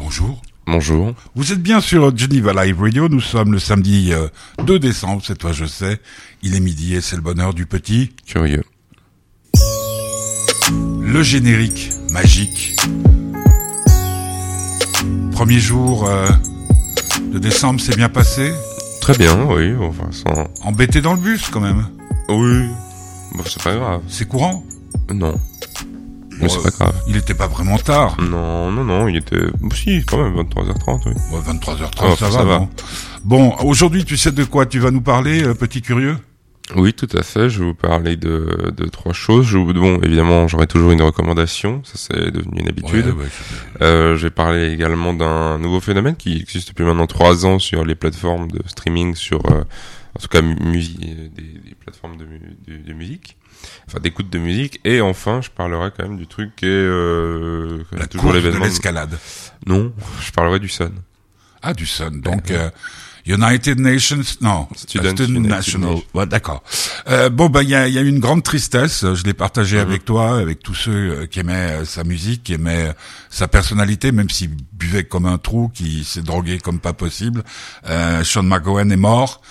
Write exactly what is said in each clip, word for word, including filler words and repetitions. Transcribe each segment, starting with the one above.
bonjour. Bonjour. Vous êtes bien sur Geneva Live Radio, nous sommes le samedi euh, deux décembre, cette fois je sais, il est midi et c'est le bonheur du petit curieux. Le générique magique. Premier jour euh, de décembre, c'est bien passé? Très bien, oui. Enfin, sans... Embêté dans le bus quand même? Oui. Bon, c'est pas grave. C'est courant? Non. Mais bon, c'est pas grave. Il était pas vraiment tard? Non, non, non, il était... Si, quand même, vingt-trois heures trente, oui. Ouais, vingt-trois heures trente, oh, ça, ça va, va. Bon, bon aujourd'hui, tu sais de quoi tu vas nous parler, euh, petit curieux? Oui, tout à fait. Je vais vous parler de, de trois choses. Je vous, bon, évidemment, j'aurai toujours une recommandation. Ça, c'est devenu une habitude. Ouais, ouais, euh, je vais parler également d'un nouveau phénomène qui existe depuis maintenant trois ans sur les plateformes de streaming, sur, euh, en tout cas, musique, des, des plateformes de, de, de musique. Enfin, d'écoute de musique. Et enfin, je parlerai quand même du truc qui est, euh, la toujours l'événement. De l'escalade. Non, je parlerai du Sun. Ah, du Sun. Donc, euh, United Nations, non, Student, Student United National. Nation. Ouais, d'accord. Euh, bon, ben, il y a, y a eu une grande tristesse. Je l'ai partagé mm-hmm. avec toi, avec tous ceux qui aimaient sa musique, qui aimaient sa personnalité, même s'il buvait comme un trou, qui s'est drogué comme pas possible. Euh, Sean McGowan est mort.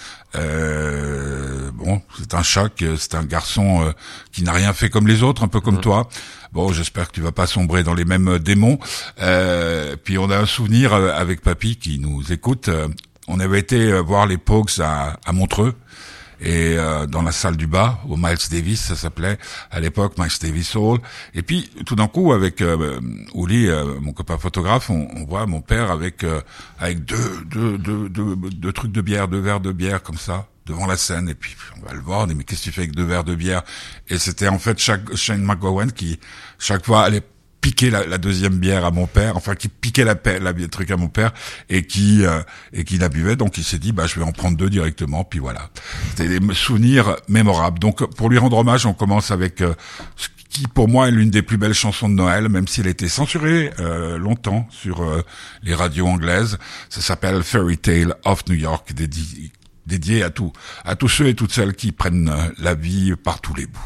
Euh, bon, c'est un choc. C'est un garçon euh, qui n'a rien fait comme les autres, un peu comme mmh. toi. Bon, j'espère que tu vas pas sombrer dans les mêmes démons. Euh, puis on a un souvenir avec Papy qui nous écoute. On avait été voir les Pogues à, à Montreux. Et euh, dans la salle du bas, au Miles Davis, ça s'appelait à l'époque Miles Davis Hall. Et puis tout d'un coup, avec euh, Ouli, euh, mon copain photographe, on, on voit mon père avec euh, avec deux, deux, deux, deux, deux trucs de bière, deux verres de bière comme ça devant la scène. Et puis on va le voir, on dit mais qu'est-ce que tu fais avec deux verres de bière? Et c'était en fait chaque Shane McGowan qui chaque fois allait piquer la, la deuxième bière à mon père, enfin qui piquait la, la, la truc à mon père et qui euh, et qui la buvait. Donc il s'est dit bah je vais en prendre deux directement. Puis voilà, c'était des souvenirs mémorables. Donc pour lui rendre hommage, on commence avec euh, ce qui pour moi est l'une des plus belles chansons de Noël, même s'il a été censuré euh, longtemps sur euh, les radios anglaises. Ça s'appelle Fairy Tale of New York, dédié, dédié à tout à tous ceux et toutes celles qui prennent la vie par tous les bouts.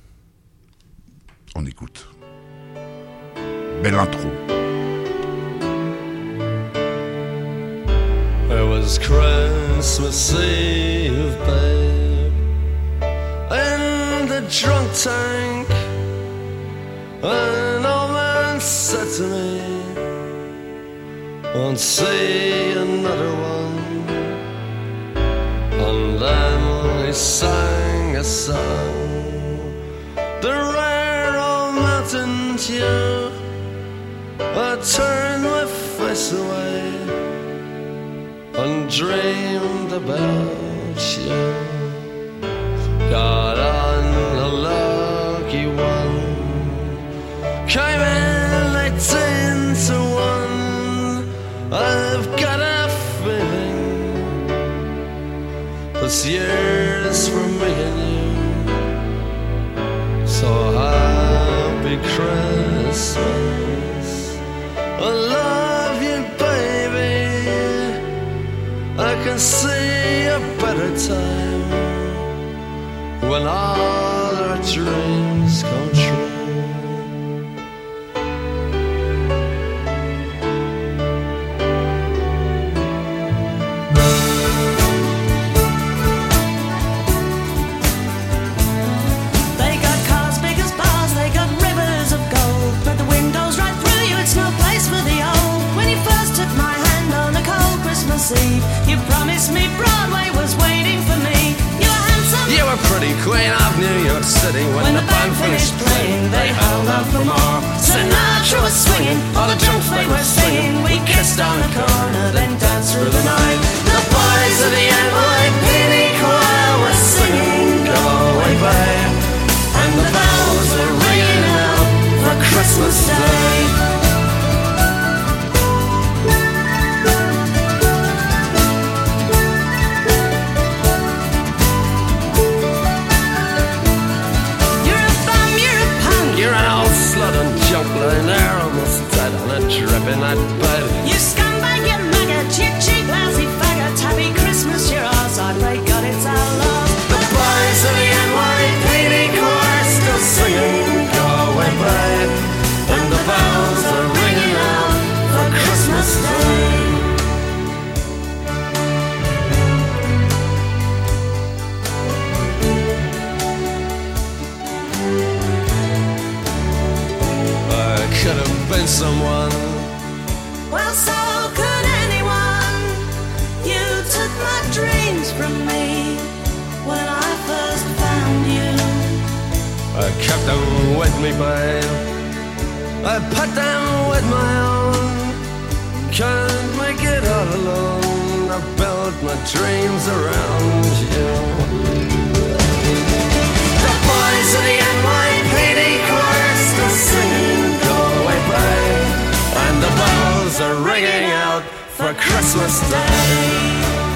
On écoute. Belle intro. It was Christmas Eve, babe, in the drunk tank. An old man said to me, won't see another one. And then he sang a song, the rare old mountain tune. I turned my face away and dreamed about you. Got on a lucky one, came in eighteen to one. I've got a feeling this year's for me and you. So happy Christmas. I love you, baby. I can see a better time when all our dreams come true. They got cars big as bars, they got rivers of gold, but the windows right through you, it's no place for the old. When you first took my hand on a cold Christmas Eve, you promised me Broadway was waiting for me. You were handsome, You were pretty queen of New York City. When, when the band finished playing, they held out for more. Sinatra was swinging, all the drunks they were singing. We kissed on the corner, then danced through the night. The boys of the N Y P D choir were singing Go Away Babe, and the bells were ringing out for Christmas Day. You're an old slut and junk lying there, almost dead on a dripping hot bed. You scumbag, you maggot, you cheap, lousy faggot. Happy Christmas, you're ours, I pray God it's our love. The boys of the N Y P D choir still singing Go Away Babe, and the bells are ringing out for Christmas Day. someone. Well, so could anyone. You took my dreams from me when I first found you. I kept them with me, babe. I put them with my own. Can't make it all alone. I built my dreams around you. The boys of the N Y P D choir still singing Galway Bay, and the bells are ringing out for Christmas Day.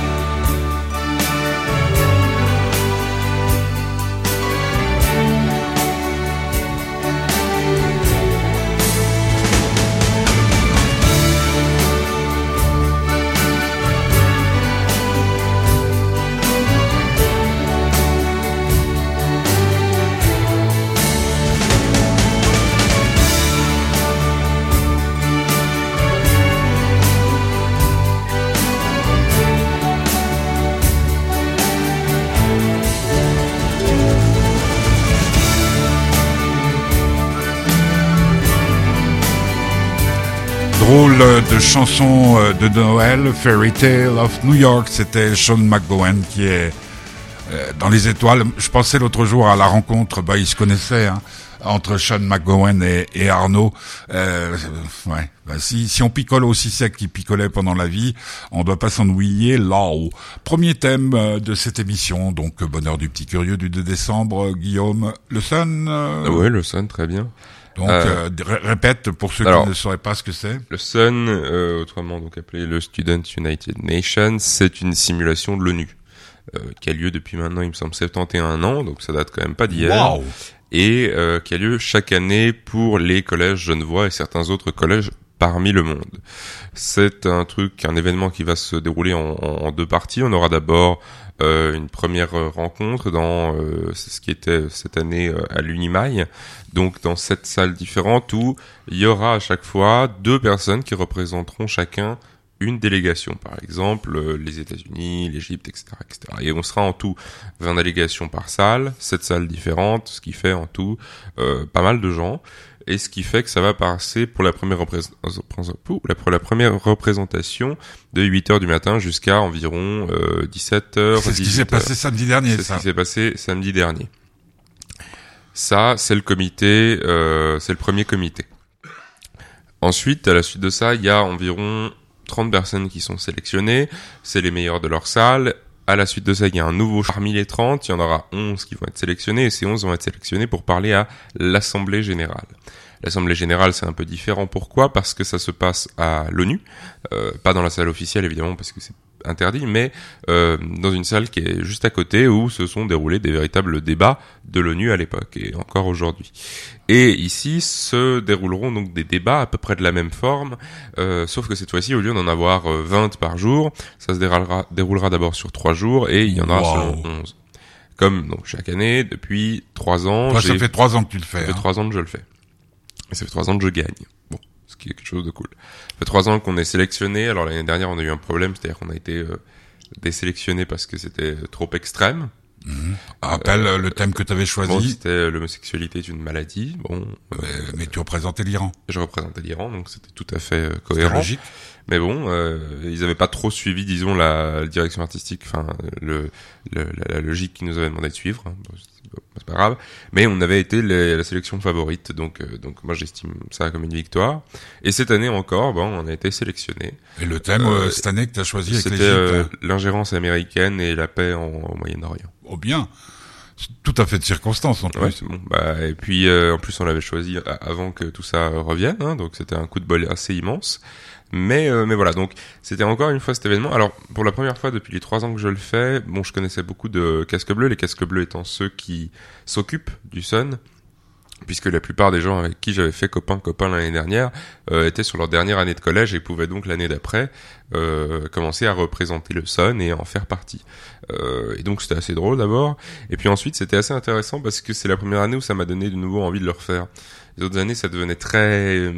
Drôle de chanson de Noël, Fairy Tale of New York, c'était Sean McGowan qui est euh, dans les étoiles. Je pensais l'autre jour à la rencontre, bah ils se connaissaient, hein, entre Sean McGowan et, et Arnaud. Euh, ouais, bah si, si on picole aussi sec qu'il picolait pendant la vie, on doit pas s'ennuyer là-haut. Premier thème euh, de cette émission, donc Bonheur du petit curieux du deux décembre, Guillaume, le Sun. Euh... Ouais, le Sun, très bien. Donc, euh, euh, répète pour ceux alors, qui ne sauraient pas ce que c'est. Le Sun, euh, autrement donc appelé le Student United Nations, c'est une simulation de l'ONU euh, qui a lieu depuis maintenant, il me semble, soixante et un ans, donc ça date quand même pas d'hier. Wow. Et euh, qui a lieu chaque année pour les collèges genevois et certains autres collèges parmi le monde. C'est un truc, un événement qui va se dérouler en, en, en deux parties. On aura d'abord euh, une première rencontre dans euh, ce qui était cette année euh, à l'Unimail, donc dans sept salles différentes où il y aura à chaque fois deux personnes qui représenteront chacun une délégation, par exemple euh, les États-Unis, l'Égypte, et cetera, et cetera. Et on sera en tout vingt délégations par salle, sept salles différentes, ce qui fait en tout euh, pas mal de gens. Et ce qui fait que ça va passer pour la première, représ- pour la première représentation de huit heures du matin jusqu'à environ euh, dix-sept heures. C'est ce qui s'est passé samedi dernier, c'est ça. C'est ce qui s'est passé samedi dernier. Ça, c'est le comité, euh, c'est le premier comité. Ensuite, à la suite de ça, il y a environ trente personnes qui sont sélectionnées. C'est les meilleurs de leur salle. À la suite de ça, il y a un nouveau parmi les trente, il y en aura onze qui vont être sélectionnés, et ces onze vont être sélectionnés pour parler à l'Assemblée Générale. L'Assemblée Générale, c'est un peu différent. Pourquoi ? Parce que ça se passe à l'ONU, euh, pas dans la salle officielle évidemment, parce que c'est interdit, mais euh, dans une salle qui est juste à côté où se sont déroulés des véritables débats de l'ONU à l'époque, et encore aujourd'hui. Et ici se dérouleront donc des débats à peu près de la même forme, euh, sauf que cette fois-ci, au lieu d'en avoir euh, vingt par jour, ça se déroulera, déroulera d'abord sur trois jours, et il y en aura wow. selon onze. Comme donc chaque année, depuis trois ans... Toi, j'ai... ça fait trois ans que tu le fais. Ça fait hein. trois ans que je le fais. Et ça fait trois ans que je gagne. Bon, ce qui est quelque chose de cool. Ça fait trois ans qu'on est sélectionné. Alors l'année dernière, on a eu un problème, c'est-à-dire qu'on a été euh, désélectionné parce que c'était trop extrême. Mmh. Rappelle euh, le thème que tu avais choisi. Bon, c'était euh, l'homosexualité est une maladie. Bon, euh, mais tu représentais l'Iran. Je représentais l'Iran, donc c'était tout à fait euh, cohérent. Logique. Mais bon, euh, ils n'avaient pas trop suivi, disons, la, la direction artistique, enfin, le, le la, la logique qu'ils nous avaient demandé de suivre. Hein. Bon, c'est pas grave. Mais on avait été les, la sélection favorite, donc, euh, donc moi j'estime ça comme une victoire. Et cette année encore, bon, on a été sélectionnés. Et le thème euh, cette année que tu as choisi avec c'était l'Égypte, euh, l'ingérence américaine et la paix en, au Moyen-Orient. Oh bien, c'est tout à fait de circonstance en plus. Ouais, c'est bon. Bah, et puis euh, en plus on l'avait choisi avant que tout ça revienne, hein, donc c'était un coup de bol assez immense. Mais euh, mais voilà, donc c'était encore une fois cet événement. Alors pour la première fois depuis les trois ans que je le fais, bon, je connaissais beaucoup de casques bleus, les casques bleus étant ceux qui s'occupent du Sun, puisque la plupart des gens avec qui j'avais fait copain copain l'année dernière euh, étaient sur leur dernière année de collège et pouvaient donc l'année d'après euh, commencer à représenter le Sun et en faire partie. Euh, et donc c'était assez drôle d'abord, et puis ensuite c'était assez intéressant parce que c'est la première année où ça m'a donné de nouveau envie de le refaire. Les autres années ça devenait très euh,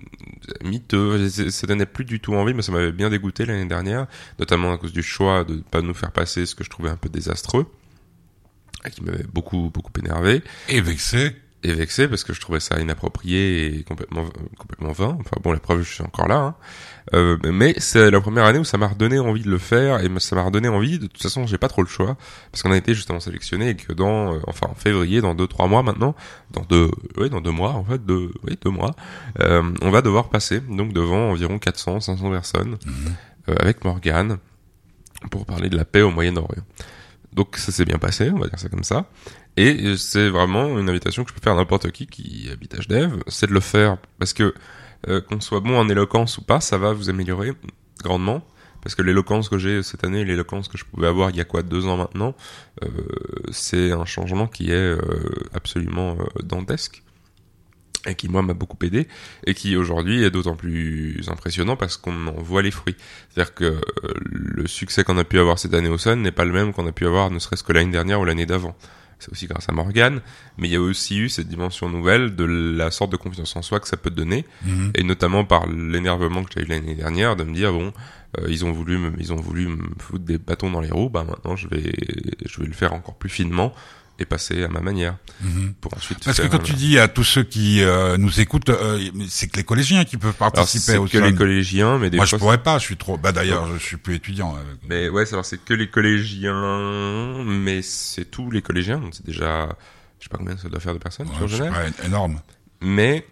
miteux, ça donnait plus du tout envie, mais ça m'avait bien dégoûté l'année dernière, notamment à cause du choix de pas nous faire passer ce que je trouvais un peu désastreux, qui m'avait beaucoup beaucoup énervé et vexé. et vexé parce que je trouvais ça inapproprié et complètement complètement vain. Enfin bon, la preuve, je suis encore là. Hein. Euh, mais c'est la première année où ça m'a redonné envie de le faire et ça m'a redonné envie. De toute façon, j'ai pas trop le choix parce qu'on a été justement sélectionné et que dans, euh, enfin en février, dans deux trois mois maintenant, dans deux, oui, dans deux mois en fait, deux, oui, deux mois, euh, on va devoir passer donc devant environ quatre cents, cinq cents personnes mmh. euh, avec Morgane pour parler de la paix au Moyen-Orient. Donc ça s'est bien passé, on va dire ça comme ça. Et c'est vraiment une invitation que je peux faire à n'importe qui qui habite à Genève, c'est de le faire parce que euh, qu'on soit bon en éloquence ou pas, ça va vous améliorer grandement. Parce que l'éloquence que j'ai cette année, l'éloquence que je pouvais avoir il y a quoi, deux ans maintenant, euh, c'est un changement qui est euh, absolument euh, dantesque. Et qui moi m'a beaucoup aidé et qui aujourd'hui est d'autant plus impressionnant parce qu'on en voit les fruits. C'est-à-dire que euh, le succès qu'on a pu avoir cette année au Sun n'est pas le même qu'on a pu avoir ne serait-ce que l'année dernière ou l'année d'avant. C'est aussi grâce à Morgane, mais il y a aussi eu cette dimension nouvelle de la sorte de confiance en soi que ça peut te donner, mmh. et notamment par l'énervement que j'ai eu l'année dernière de me dire bon, euh, ils ont voulu me, ils ont voulu me foutre des bâtons dans les roues, bah maintenant je vais, je vais le faire encore plus finement. Et passer à ma manière mmh. pour ensuite parce faire que quand un... tu dis à tous ceux qui euh, nous écoutent euh, c'est que les collégiens qui peuvent participer alors, c'est au que les collégiens mais des moi fois, je pourrais pas je suis trop bah d'ailleurs ouais. je suis plus étudiant avec... mais ouais alors c'est que les collégiens mais c'est tous les collégiens donc c'est déjà je sais pas combien ça doit faire de personnes ouais, sur Genève pas énorme mais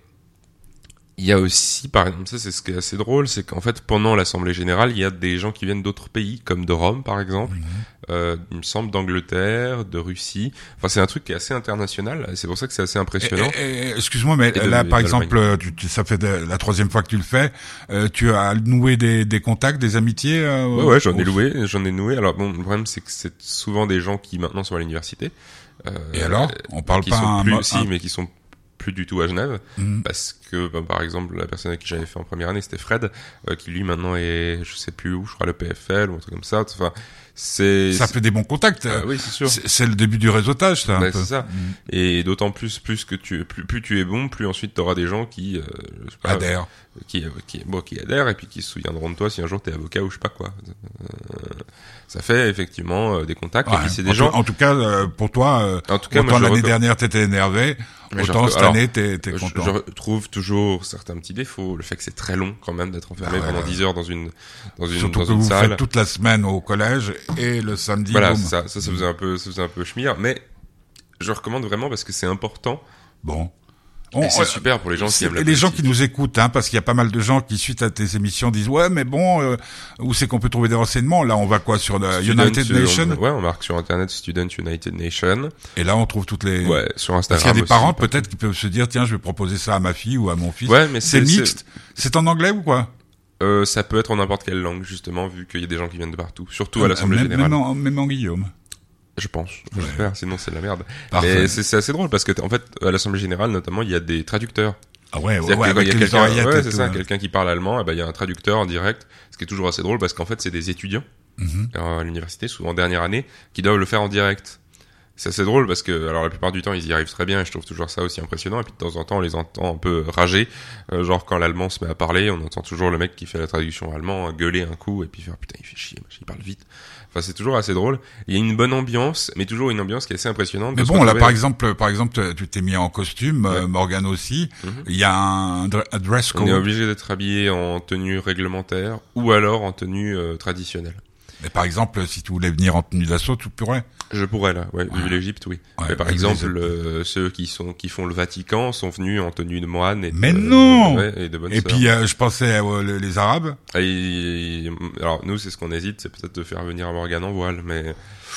il y a aussi, par exemple, ça c'est ce qui est assez drôle, c'est qu'en fait pendant l'Assemblée Générale, il y a des gens qui viennent d'autres pays, comme de Rome par exemple, mmh. euh, il me semble d'Angleterre, de Russie, enfin c'est un truc qui est assez international, c'est pour ça que c'est assez impressionnant. Et, et, et, excuse-moi, mais de, là par exemple, tu, tu, ça fait de, la troisième fois que tu le fais, euh, tu as noué des, des contacts, des amitiés euh, Ouais, ouais, j'en ai loué, j'en ai noué, alors bon, le problème c'est que c'est souvent des gens qui maintenant sont à l'université. Euh, et alors on parle qui pas sont un, plus, un... si, mais qui sont plus du tout à Genève, mmh. parce que bah, par exemple la personne avec qui j'avais fait en première année c'était Fred, euh, qui lui maintenant est je sais plus où, je crois le P F L ou un truc comme ça. Enfin c'est ça c'est... fait des bons contacts. Euh, oui c'est sûr. C'est, c'est le début du réseautage ça. Ouais, un peu. C'est ça. Mmh. Et d'autant plus plus que tu plus plus tu es bon, plus ensuite t'auras des gens qui euh, je sais pas, adhèrent, euh, qui qui bon qui adhèrent et puis qui se souviendront de toi si un jour t'es avocat ou je sais pas quoi. Euh, ça fait effectivement euh, des contacts. Ouais, et puis c'est des en gens. Tout, en tout cas euh, pour toi, euh, en tout cas, autant moi, l'année rec... dernière t'étais énervé. Mais Autant je, cette alors, année, t'es, t'es content. Je, je trouve toujours certains petits défauts. Le fait que c'est très long quand même d'être enfermé ah ouais, pendant ouais. dix heures dans une dans une Surtout dans que une vous salle. Faites toute la semaine au collège et le samedi. Voilà, boum. ça, ça, ça faisait un peu, ça faisait un peu schmire, mais je recommande vraiment parce que c'est important. Bon. On, et c'est euh, super pour les gens qui aiment la les politique. gens qui nous écoutent, hein, parce qu'il y a pas mal de gens qui, suite à tes émissions, disent ouais, mais bon, euh, où c'est qu'on peut trouver des renseignements? Là, on va quoi sur le Student, United Nations? on, Ouais, on marque sur internet Student United Nations. Et là, on trouve toutes les. Ouais, sur Instagram. Parce qu'il y a des aussi, parents peut-être qui peuvent se dire tiens, je vais proposer ça à ma fille ou à mon fils. Ouais, mais c'est, c'est mixte. C'est... c'est en anglais ou quoi? Euh, ça peut être en n'importe quelle langue justement, vu qu'il y a des gens qui viennent de partout, surtout à l'Assemblée même, Générale. Même en, même en Guillaume. Je pense, ouais. J'espère, sinon c'est de la merde. Parfait. Mais c'est, c'est assez drôle parce que, en fait, à l'Assemblée Générale, notamment, il y a des traducteurs. Ah ouais, ouais, C'est-à-dire ouais, qu'il y a quelqu'un, ouais, c'est ça, ouais. quelqu'un qui parle allemand, et ben, il y a un traducteur en direct, ce qui est toujours assez drôle parce qu'en fait, c'est des étudiants, mm-hmm. à l'université, souvent en dernière année, qui doivent le faire en direct. C'est assez drôle parce que, alors, la plupart du temps, ils y arrivent très bien et je trouve toujours ça aussi impressionnant. Et puis, de temps en temps, on les entend un peu rager. Euh, genre, quand l'allemand se met à parler, on entend toujours le mec qui fait la traduction allemand gueuler un coup et puis faire putain, il fait chier, il parle vite. Enfin, c'est toujours assez drôle. Il y a une bonne ambiance, mais toujours une ambiance qui est assez impressionnante. Mais bon, là, par exemple, par exemple, tu t'es mis en costume, ouais. euh, Morgane aussi. Mm-hmm. Il y a un, un dress code. On est obligé d'être habillé en tenue réglementaire ou alors en tenue euh, traditionnelle. Mais par exemple, si tu voulais venir en tenue d'assaut, tu pourrais. Je pourrais là, ouais. Vu ouais. l'Égypte, oui. Ouais, mais par exemple, euh, ceux qui sont qui font le Vatican sont venus en tenue de moine et de, mais non. Ouais, et de bonnes et sœurs. puis euh, je pensais euh, les, les Arabes. Et, alors nous, c'est ce qu'on hésite, c'est peut-être de faire venir Morgane en voile, mais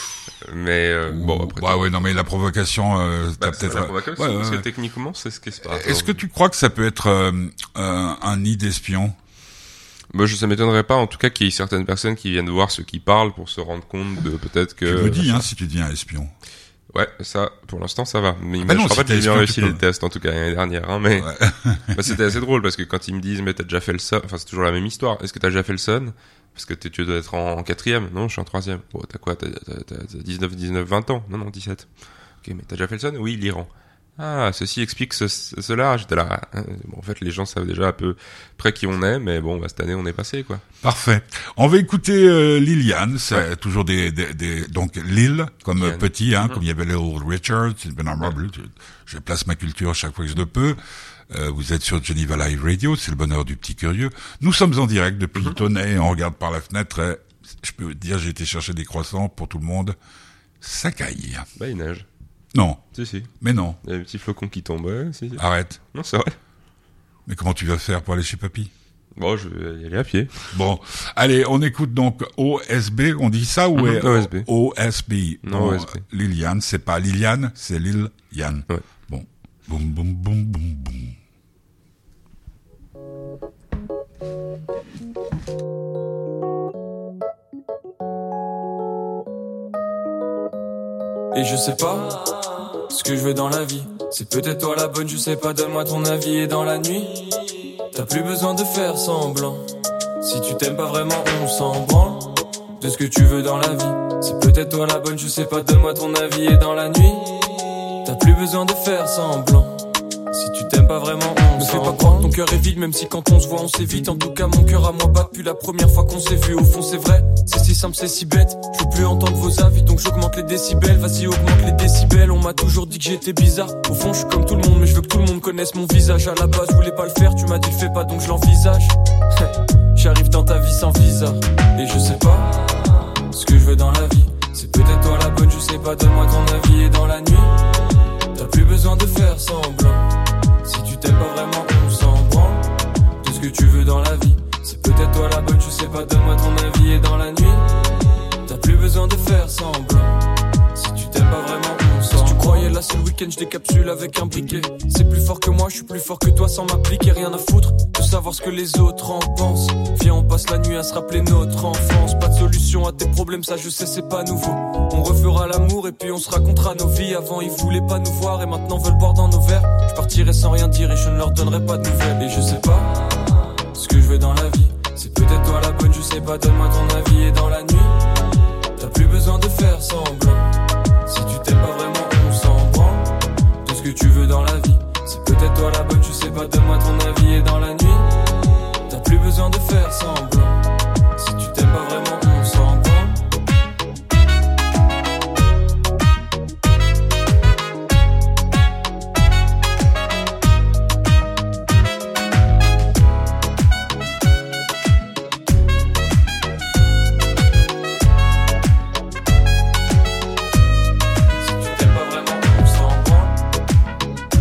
mais euh, Ou, bon. Après, bah ouais, non, mais la provocation, euh, bah, t'as peut-être. La provocation, ouais, parce ouais. que techniquement, c'est ce qui se passe. Est-ce que tu crois que ça peut être euh, euh, un nid d'espions? Moi, je, ça m'étonnerait pas, en tout cas, qu'il y ait certaines personnes qui viennent voir ceux qui parlent pour se rendre compte de peut-être que. Tu me dis, hein, si tu dis un espion. Ouais, ça, pour l'instant, ça va. Mais ah bah je non, crois si pas que j'ai bien réussi peux... les tests, en tout cas, l'année dernière, hein, mais. Ouais. Bah, c'était assez drôle parce que quand ils me disent, mais t'as déjà fait le son, enfin, c'est toujours la même histoire. Est-ce que t'as déjà fait le son? Parce que tu dois être en, en quatrième. Non, je suis en troisième. Bon, t'as quoi? T'as, t'as, t'as dix-neuf, dix-neuf, vingt ans? Non, non, dix-sept. Ok, mais t'as déjà fait le son? Oui, l'Iran. Ah, ceci explique ce, ce- cela. J'étais là. euh, Bon, en fait, les gens savent déjà à peu près qui on est, mais bon, bah, cette année, on est passé, quoi. Parfait. On va écouter euh, Liliane, c'est Ouais. toujours des, des, des donc Lil comme euh, Liliane. petit, hein, Mhm. comme il y avait Little Richard, Bernard Marble. Je, je place ma culture chaque fois que je le peux. Euh, vous êtes sur Geneva Live Radio, c'est le bonheur du petit curieux. Nous sommes en direct depuis Mhm. Tonnet, on regarde par la fenêtre. Et je peux vous dire, j'ai été chercher des croissants pour tout le monde. Ça caille. Bah, il neige. Non, Si, si. mais non, Il y a des petits flocons qui tombent. Ouais, si, si. arrête. Non, c'est vrai. Mais comment tu vas faire pour aller chez papy? Bon, je vais y aller à pied. Bon, allez, on écoute donc O S B, on dit ça ou Mhm, est- O S B. O S B. Non, Bon, O S B. Liliane, c'est pas Liliane, c'est Liliane. Ouais. Bon, boum boum boum boum boum. Et je sais pas ce que je veux dans la vie. C'est peut-être toi la bonne, je sais pas, donne-moi ton avis. Et dans la nuit, t'as plus besoin de faire semblant. Si tu t'aimes pas vraiment, on s'en branle de ce que tu veux dans la vie. C'est peut-être toi la bonne, je sais pas, donne-moi ton avis. Et dans la nuit, t'as plus besoin de faire semblant. Si tu t'aimes pas vraiment, on Me s'en fais pas branle. croire que ton cœur est vide, même si quand on se voit on s'évite. En tout cas mon cœur à moi bat depuis la première fois qu'on s'est vu. Au fond c'est vrai, c'est si simple, c'est si bête. Je veux plus entendre vos avis, donc j'augmente les décibels. Vas-y augmente les décibels, on m'a toujours dit que j'étais bizarre. Au fond je suis comme tout le monde, mais je veux que tout le monde connaisse mon visage. À la base je voulais pas le faire, tu m'as dit le fais pas, donc je l'envisage. J'arrive dans ta vie sans visa. Et je sais pas ce que je veux dans la vie. C'est peut-être toi la bonne, je sais pas, donne-moi ton avis. Et dans la nuit, t'as plus besoin de faire semblant. Si tu t'aimes pas vraiment, on s'en branle de ce que tu veux dans la vie. C'est peut-être toi la bonne, je sais pas, donne-moi ton avis. Et dans la nuit, t'as plus besoin de faire semblant. Si tu t'aimes pas vraiment, on s'en branle. Si tu croyais là c'est le week-end, je décapsule avec un briquet. C'est plus fort que moi, je suis plus fort que toi sans m'appliquer. Rien à foutre de savoir ce que les autres en pensent. Viens on passe la nuit à se rappeler notre enfance. Pas de solution à tes problèmes, ça je sais c'est pas nouveau. On refera l'amour et puis on se racontera nos vies. Avant ils voulaient pas nous voir et maintenant veulent boire dans nos verres. Je partirai sans rien dire et je ne leur donnerai pas de nouvelles. Et je sais pas ce que je veux dans la vie. C'est peut-être toi la bonne, je sais pas, donne-moi ton avis. Et dans la nuit, t'as plus besoin de faire semblant. Si tu t'aimes pas vraiment, on s'en branle de ce que tu veux dans la vie. C'est peut-être toi la bonne, je sais pas, donne-moi ton avis. Et dans la nuit, t'as plus besoin de faire semblant. Si tu t'aimes pas vraiment, on s'en branle. Si tu t'aimes pas vraiment, on s'en branle.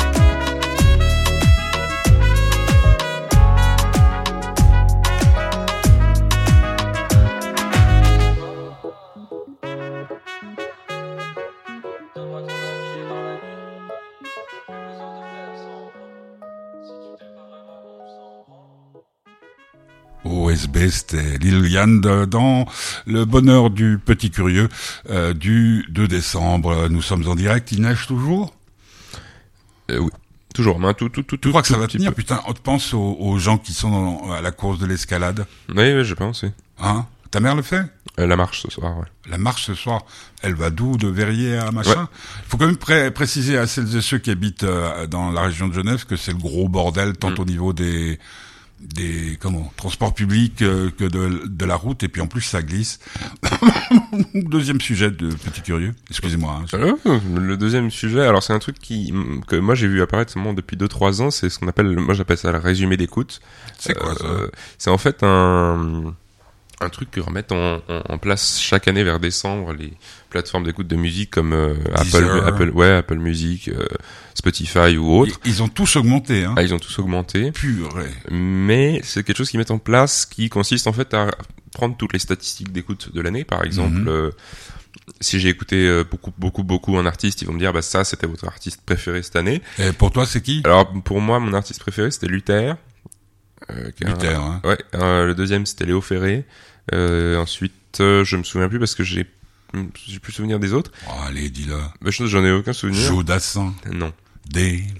Donne-moi ton avis et dans la nuit, t'as plus besoin de faire semblant. Si tu t'aimes pas vraiment, on s'en branle. O S B, c'était Liliane de- dans le bonheur du petit curieux euh, du deux décembre. Nous sommes en direct, il neige toujours. Euh, oui. Toujours, mais tout, tout, tout, Tu crois que ça va petit tenir? peu. Putain, on te pense aux, aux gens qui sont dans- à la course de l'escalade. Oui, oui, je pense, oui. Hein? Ta mère le fait? Euh, la marche ce soir, ouais. La marche ce soir, elle va d'où? De Verrières à machin? Ouais. Faut quand même pré- préciser à celles et ceux qui habitent euh, dans la région de Genève que c'est le gros bordel tant Mm. au niveau des des comment transports publics euh, que de, de la route, et puis en plus ça glisse. Deuxième sujet de petit curieux. Excusez-moi. hein, je- Euh, le deuxième sujet, alors c'est un truc qui que moi j'ai vu apparaître seulement depuis deux trois ans, c'est ce qu'on appelle, moi j'appelle ça le résumé d'écoute. C'est quoi ça? Euh, C'est en fait un un truc que remettent en, en, en place chaque année vers décembre les plateformes d'écoute de musique comme euh, Apple, Deezer. Apple, ouais, Apple Music, euh, Spotify ou autre. Ils, ils ont tous augmenté, hein. Ah, ils ont tous augmenté. Purée. Mais c'est quelque chose qu'ils mettent en place qui consiste en fait à prendre toutes les statistiques d'écoute de l'année. Par exemple, Mhm. euh, si j'ai écouté euh, beaucoup, beaucoup, beaucoup un artiste, ils vont me dire, bah ça, c'était votre artiste préféré cette année. Et pour toi, c'est qui? Alors pour moi, mon artiste préféré, c'était Luther. Euh, qui est un- Luther, hein. Ouais. euh, le deuxième, c'était Léo Ferré. Euh, ensuite, euh, je me souviens plus parce que j'ai j'ai plus souvenir des autres. Oh, allez, dis-le. Bah, je- j'en ai aucun souvenir. Joe Dassin. Non. Dave.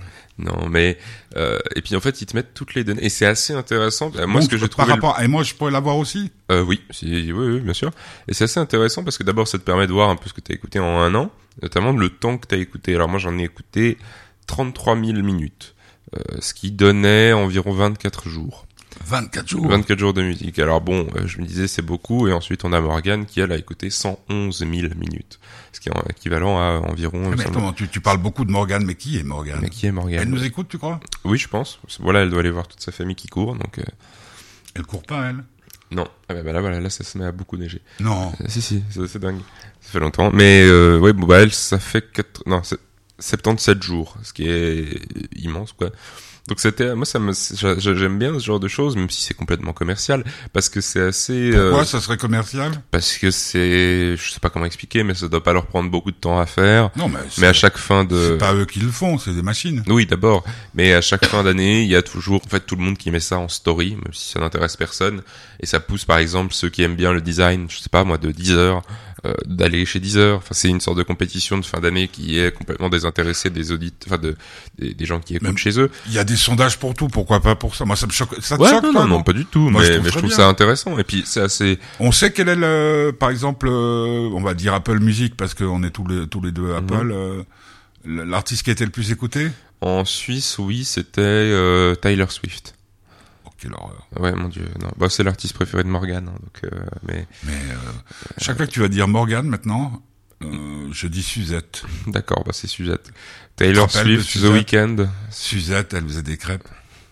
Non, mais euh, et puis en fait ils te mettent toutes les données et c'est assez intéressant. Moi, bon, ce que je trouve par rapport, et moi je pourrais l'avoir aussi. Euh, oui, si, oui, oui, bien sûr. Et c'est assez intéressant parce que d'abord ça te permet de voir un peu ce que t'as écouté en un an, notamment le temps que t'as écouté. Alors moi j'en ai écouté trente-trois mille minutes, euh, ce qui donnait environ vingt-quatre jours. vingt-quatre jours. vingt-quatre jours de musique. Alors bon, euh, je me disais c'est beaucoup et ensuite on a Morgane qui elle a écouté cent onze mille minutes, ce qui est équivalent à environ. Mais attends, tu, tu parles beaucoup de Morgane, mais qui est Morgane? Mais qui est Morgane? Elle nous écoute, tu crois? Oui, je pense. Voilà, elle doit aller voir toute sa famille qui court, donc. Euh... Elle court pas, elle? Non. Ah bah là, voilà, là ça se met à beaucoup neiger. Non. Euh, si si, c'est, c'est dingue. Ça fait longtemps, mais euh, ouais, bon bah elle, ça fait quatre, non, c'est soixante-dix-sept jours, ce qui est immense quoi. Donc c'était, moi ça me, j'aime bien ce genre de choses, même si c'est complètement commercial, parce que c'est assez. Pourquoi euh, ça serait commercial? Parce que c'est, je sais pas comment expliquer, mais ça doit pas leur prendre beaucoup de temps à faire. Non, mais, mais à chaque fin de. C'est pas eux qui le font, c'est des machines. Oui, d'abord, mais à chaque fin d'année, il y a toujours, en fait, tout le monde qui met ça en story, même si ça n'intéresse personne, et ça pousse par exemple ceux qui aiment bien le design, je sais pas moi, de Deezer. Euh, d'aller chez Deezer. Enfin, c'est une sorte de compétition de fin d'année qui est complètement désintéressée des auditeurs, enfin de des, des gens qui écoutent Même chez eux. Il y a des sondages pour tout, pourquoi pas pour ça? Moi, ça me choque. Ça te ouais, choque, non, toi, non, non, pas du tout. Moi, mais je trouve, mais je trouve bien. ça intéressant. Et puis c'est assez. On sait quel est le, par exemple, euh, on va dire Apple Music parce qu'on est tous les tous les deux Apple. Mm-hmm. euh, l'artiste qui a été le plus écouté? En Suisse, oui, c'était euh, Taylor Swift. Quelle horreur. Ouais, mon Dieu, non. Bah, c'est l'artiste préféré de Morgane, hein, donc. Euh, mais. Mais euh, chaque fois que tu vas dire Morgane maintenant, euh, je dis Suzette. D'accord, bah c'est Suzette. Taylor Swift, The Weeknd. Suzette, elle faisait des crêpes.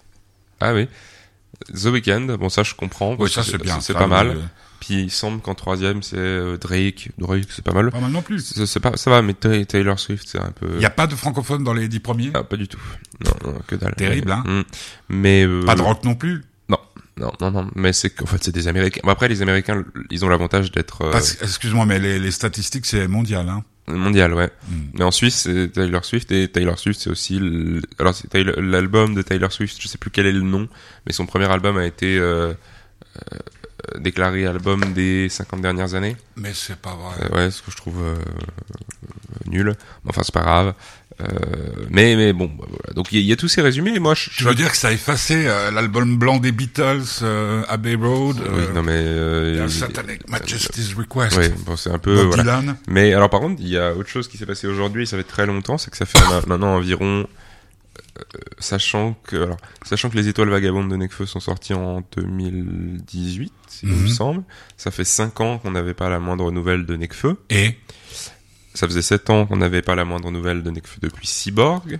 Ah oui. The Weeknd, bon ça je comprends. Oui, ça c'est bien. C'est, c'est ça, pas mal. Euh... Puis il semble qu'en troisième c'est euh, Drake. Drake, c'est pas mal. Pas mal non plus. C'est, c'est pas, ça va, mais Taylor Swift c'est un peu. Il y a pas de francophone dans les dix premiers. Ah pas du tout. Non, non que dalle. Terrible, hein. Mmh. Mais euh... pas de rock non plus. Non, non, non, mais c'est qu'en fait c'est des Américains. Bon, après les Américains, ils ont l'avantage d'être. Euh... Parce, excuse-moi, mais les, les statistiques c'est mondial, hein. Mondial, ouais. Mm. Mais en Suisse c'est Taylor Swift et Taylor Swift c'est aussi. Le... Alors c'est Taylor... l'album de Taylor Swift, je sais plus quel est le nom, mais son premier album a été euh... Euh... déclaré album des cinquante dernières années. Mais c'est pas vrai. Euh, ouais, ce que je trouve euh... nul. Enfin c'est pas grave. Euh, mais mais bon bah, voilà. Donc il y, y a tous ces résumés et moi je, tu veux dire que ça a effacé euh, l'album blanc des Beatles, euh, Abbey Road, oui, euh, non mais euh, Satanic Majesty's Request, oui, bon c'est un peu Bob voilà. Dylan. Mais alors par contre il y a autre chose qui s'est passé aujourd'hui, ça fait très longtemps, c'est que ça fait maintenant environ euh, sachant que alors sachant que les Étoiles Vagabondes de Nekfeu sont sorties en deux mille dix-huit, si mm-hmm. il me semble, ça fait cinq ans qu'on n'avait pas la moindre nouvelle de Nekfeu. Et ça faisait sept ans qu'on n'avait pas la moindre nouvelle de Nekfeu depuis Cyborg.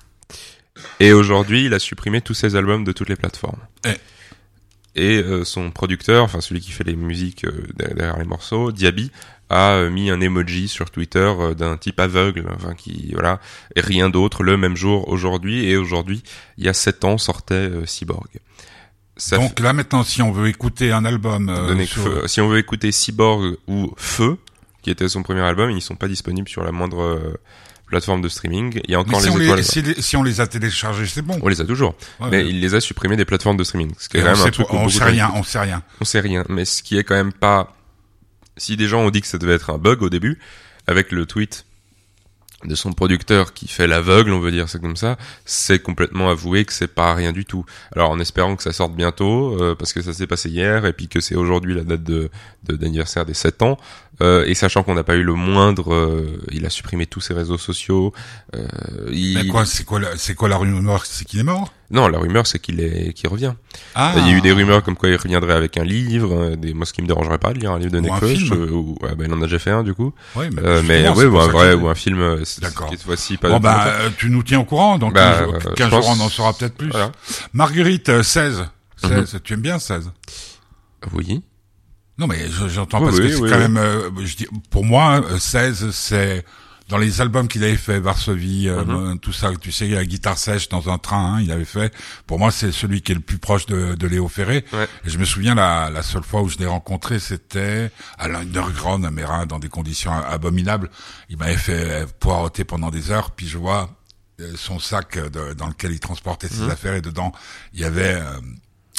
Et aujourd'hui, il a supprimé tous ses albums de toutes les plateformes. Et, Et euh, son producteur, enfin celui qui fait les musiques euh, derrière les morceaux, Diaby, a euh, mis un emoji sur Twitter euh, d'un type aveugle, enfin qui voilà, et rien d'autre le même jour aujourd'hui. Et aujourd'hui, il y a sept ans, sortait euh, Cyborg. Ça donc f... là maintenant, si on veut écouter un album, euh, de Nekfeu, sur... si on veut écouter Cyborg ou Feu, qui était son premier album, ils sont pas disponibles sur la moindre euh, plateforme de streaming. Il y a encore mais si les on étoiles. Les, si, les, si on les a téléchargés, c'est bon. On les a toujours. Ouais, mais ouais. il les a supprimés des plateformes de streaming. Ce qui est quand même un truc. On sait rien, on sait rien. On sait rien. Mais ce qui est quand même pas. Si des gens ont dit que ça devait être un bug au début, avec le tweet de son producteur qui fait l'aveugle, on veut dire c'est comme ça, c'est complètement avoué que c'est pas rien du tout. Alors en espérant que ça sorte bientôt, euh, parce que ça s'est passé hier, et puis que c'est aujourd'hui la date de, de d'anniversaire des sept ans, euh, et sachant qu'on n'a pas eu le moindre, euh, il a supprimé tous ses réseaux sociaux. Euh, il... Mais quoi, c'est quoi, la, c'est quoi la rumeur, c'est qu'il est mort? Non, la rumeur c'est qu'il est, qu'il revient. Ah. Il y a eu des rumeurs comme quoi il reviendrait avec un livre. Des, moi, ce qui me dérangerait pas de lire un livre de Nekfeu. Ou ouais, ben il en a déjà fait un du coup. Oui, mais, euh, mais ouais, ou un vrai, ou un film. D'accord. Cette fois-ci pas. Bon bah, euh, tu nous tiens au courant. Donc bah, quinze, quinze jours, on en saura peut-être plus. Voilà. Marguerite, euh, seize. seize. Mm-hmm. Tu aimes bien seize? Oui. Non mais j'entends oui, parce oui, que c'est oui, quand oui. même. Euh, je dis, pour moi, seize, c'est dans les albums qu'il avait fait, Varsovie, mm-hmm. euh, tout ça, tu sais, la guitare sèche dans un train, hein, il avait fait. Pour moi, c'est celui qui est le plus proche de, de Léo Ferré. Ouais. Et je me souviens, la, la seule fois où je l'ai rencontré, c'était à l'Underground, à Mérin, dans des conditions abominables. Il m'avait fait poireauter pendant des heures, puis je vois son sac de, dans lequel il transportait ses mmh. affaires, et dedans, il y avait... Euh,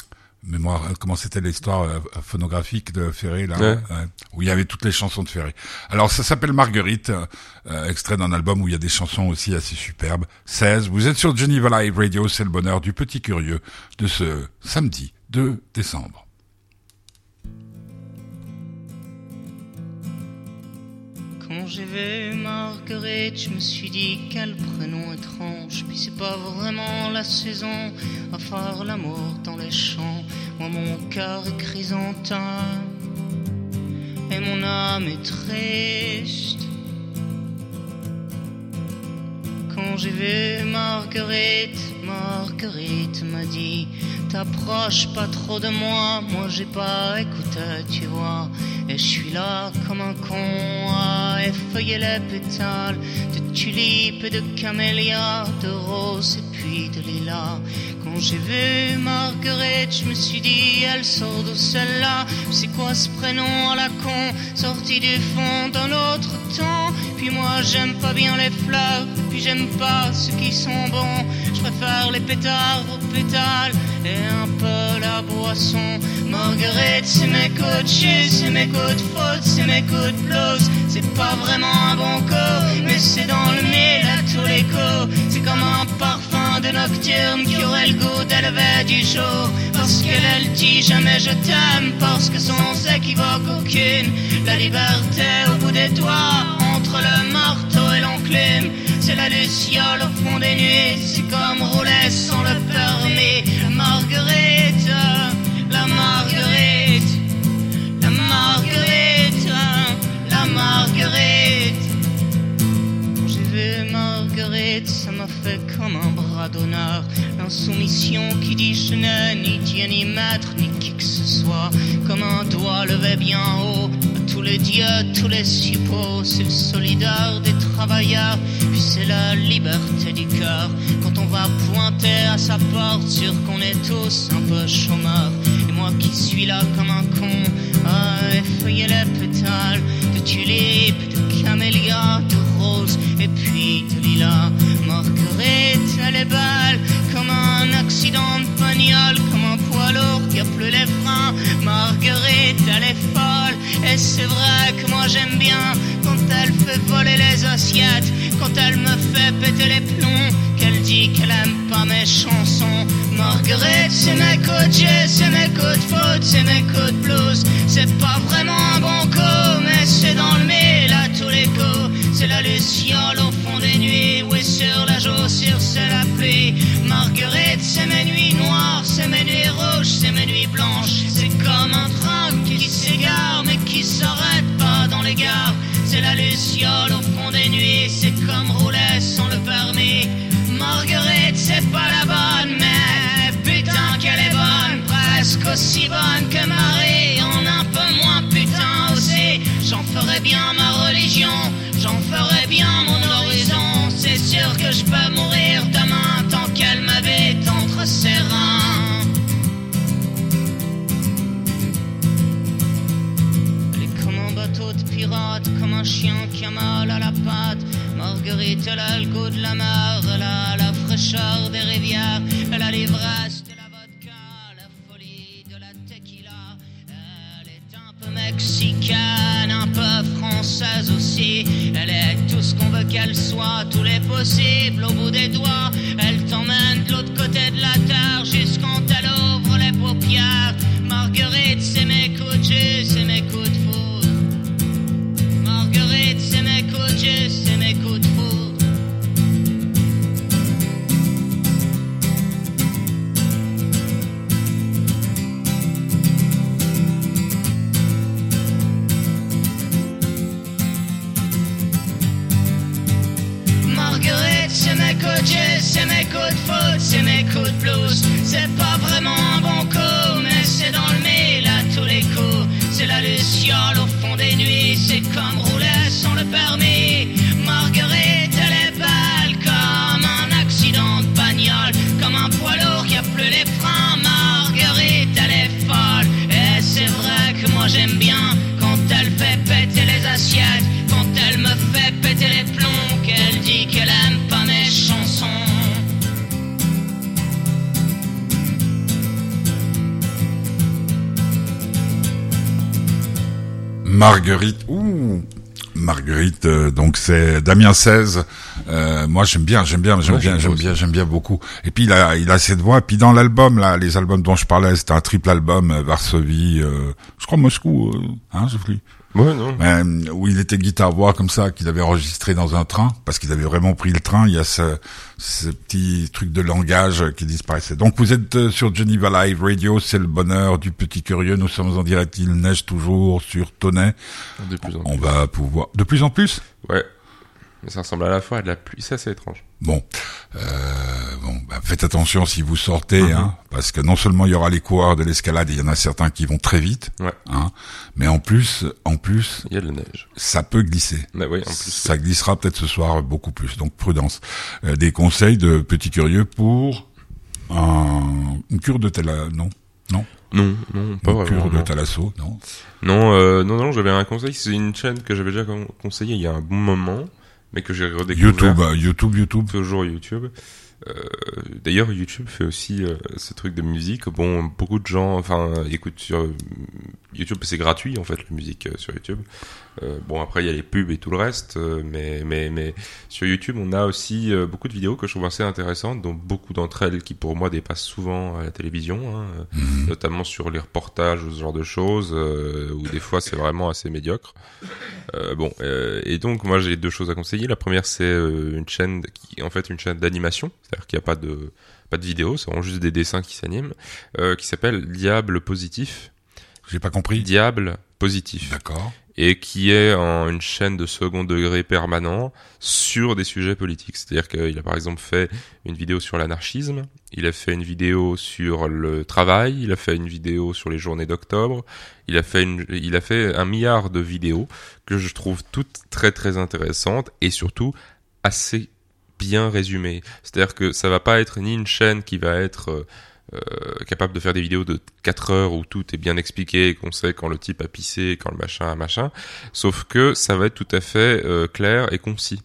mémoire, comment c'était l'histoire euh, phonographique de Ferré, là, ouais. euh, où il y avait toutes les chansons de Ferré. Alors, ça s'appelle Marguerite, euh, extrait d'un album où il y a des chansons aussi assez superbes. seize, vous êtes sur Geneva Live Radio, c'est le bonheur du petit curieux de ce samedi deux décembre. Quand j'ai vu Marguerite, je me suis dit quel prénom étrange. Puis c'est pas vraiment la saison à faire l'amour dans les champs. Moi mon cœur est chrysanthème et mon âme est triste. Quand j'ai vu Marguerite, Marguerite m'a dit t'approches pas trop de moi, moi j'ai pas écouté, tu vois. Et je suis là comme un con à effeuiller les pétales de tulipes et de camélias, de roses et puis de lilas. Quand j'ai vu Marguerite, je me suis dit elle sort d'où celle-là? C'est quoi ce prénom à la con, sorti du fond d'un autre temps? Puis moi j'aime pas bien les fleurs, puis j'aime pas ceux qui sont bons. Je préfère les pétards aux pétales et un peu la boisson. Marguerite, c'est mes coups de chute, c'est mes coups de faute, c'est mes coups de blues. C'est pas vraiment un bon coup, mais c'est dans le mille à tous les coups. C'est comme un parfum de nocturne qui aurait le goût d'élever du jour. Parce qu'elle, elle dit jamais je t'aime, parce que sans équivoque aucune. La liberté au bout des doigts, entre le marteau et l'enclume. C'est la luciole au fond des nuits, c'est comme rouler sans le permis. Marguerite, la Marguerite, la Marguerite, la Marguerite. Quand j'ai vu Marguerite, ça m'a fait comme un bras d'honneur. L'insoumission qui dit je n'ai ni Dieu ni maître ni qui que ce soit. Comme un doigt levé bien haut à tous les dieux, tous les suppôts. C'est le solidaire des travailleurs, puis c'est la liberté du cœur. Quand on va pointer à sa porte, sûr qu'on est tous un peu chômeurs. Et moi qui suis là comme un con à effeuiller les pétales de tulipes, de camélias, de roses et puis de lilas. Marguerite, elle est belle comme un accident de bagnole, comme un poids lourd qui a plus les freins. Marguerite, elle est folle, et c'est vrai que moi j'aime bien quand elle fait voler les assiettes, quand elle me fait péter les plombs, qu'elle dit qu'elle aime pas mes chansons. Marguerite, c'est mes coups de jeu, c'est mes coups de faute, c'est mes coups de blues. C'est pas vraiment un bon coup, mais c'est dans le mille à tous les coups. C'est la luciole au fond des nuits, oui sur la chaussure c'est la pluie. Marguerite, c'est mes nuits noires, c'est mes nuits rouges, c'est mes nuits blanches. C'est comme un train qui s'égare mais qui s'arrête pas dans les gares. C'est la luciole au fond des nuits, c'est comme rouler sans le permis. Marguerite, c'est pas la bonne, mais putain qu'elle est bonne. Presque aussi bonne que Marie, en un peu moins putain aussi. J'en ferai bien ma religion, j'en ferai bien mon horizon. C'est sûr que je peux mourir demain tant qu'elle m'habite entre ses reins. Elle est comme un bateau de pirate, comme un chien qui a mal à la patte. Marguerite, elle a le goût de la mer, elle a la fraîcheur des rivières, elle a l'ivresse de la vodka, la folie de la tequila. Elle est un peu mexicaine, un peu française aussi. Elle est tout ce qu'on veut qu'elle soit, tous les possibles au bout des doigts. Elle t'emmène de l'autre côté de la terre, juste quand elle ouvre les paupières. Marguerite, c'est mes coups de jus, c'est mes coups de foudre. Marguerite, c'est mes coups de jus, c'est mes coups de foudre. Marguerite, c'est mes coups de jus, c'est mes coups de faute, c'est mes coups de blues. C'est pas vraiment un bon coup, mais c'est dans le mille à tous les coups. C'est la luciole au fond des nuits, c'est comme rouler sans le permis. Marguerite, elle est belle comme un accident de bagnole, comme un poids lourd qui a plus les freins. Marguerite, elle est folle, et c'est vrai que moi j'aime bien quand elle fait péter les assiettes, quand elle me fait péter les plombs, qu'elle dit qu'elle aime pas mes chansons. Marguerite, ouh, Marguerite, euh, donc c'est Damien seize. Euh, moi j'aime bien, j'aime bien, j'aime Ouais, bien, j'aime j'aime aussi. bien, j'aime bien beaucoup. Et puis il a, il a cette voix. Et puis dans l'album là, les albums dont je parlais, c'était un triple album, euh, Varsovie, euh, je crois Moscou, euh, hein, je sais. Ouais, non. Euh, où il était guitare-voix comme ça, qu'il avait enregistré dans un train, parce qu'il avait vraiment pris le train. Il y a ce, ce petit truc de langage qui disparaissait. Donc vous êtes euh, sur Geneva Live Radio, c'est le bonheur du petit curieux. Nous sommes en direct, il neige toujours sur Tonnet. De plus en On plus. va pouvoir... De plus en plus. Ouais. Mais ça ressemble à la fois à de la pluie. Ça, c'est étrange. Bon, euh, bon, bah, faites attention si vous sortez, Mhm. hein, parce que non seulement il y aura les coureurs de l'escalade, il y en a certains qui vont très vite, Ouais. hein, mais en plus, en plus, Il y a de la neige. ça peut glisser. Mais oui, en plus. Ça glissera peut-être ce soir beaucoup plus, donc prudence. Euh, des conseils de petits curieux pour un, une cure de thalasso, non, non, Non, non, pas une vraiment. cure de non. thalasso, non. Non, euh, non, non, j'avais un conseil. C'est une chaîne que j'avais déjà con- conseillée il y a un bon moment, mais que j'ai redécouvert. YouTube, euh, YouTube, YouTube. Toujours YouTube. Euh, D'ailleurs, YouTube fait aussi euh, ce truc de musique. Bon, beaucoup de gens, enfin, écoutent sur euh, YouTube, c'est gratuit en fait la musique euh, sur YouTube. Euh, bon, après il y a les pubs et tout le reste, euh, mais mais mais sur YouTube, on a aussi euh, beaucoup de vidéos que je trouve assez intéressantes, dont beaucoup d'entre elles qui pour moi dépassent souvent à la télévision, hein, Mhm. notamment sur les reportages ou ce genre de choses, euh, où des fois c'est vraiment assez médiocre. Euh, bon, euh, et donc moi j'ai deux choses à conseiller. La première c'est euh, une chaîne qui en fait une chaîne d'animation, c'est-à-dire qu'il n'y a pas de pas de vidéo, c'est vraiment juste des dessins qui s'animent, euh, qui s'appelle Diable Positif. J'ai pas compris. Diable Positif. D'accord. Et qui est en une chaîne de second degré permanent sur des sujets politiques. C'est-à-dire qu'il a par exemple fait une vidéo sur l'anarchisme, il a fait une vidéo sur le travail, il a fait une vidéo sur les journées d'octobre, il a fait une, il a fait un milliard de vidéos que je trouve toutes très très intéressantes et surtout assez bien résumées. C'est-à-dire que ça va pas être ni une chaîne qui va être euh, Euh, capable de faire des vidéos de quatre heures où tout est bien expliqué et qu'on sait quand le type a pissé, quand le machin a machin, sauf que ça va être tout à fait euh, clair et concis.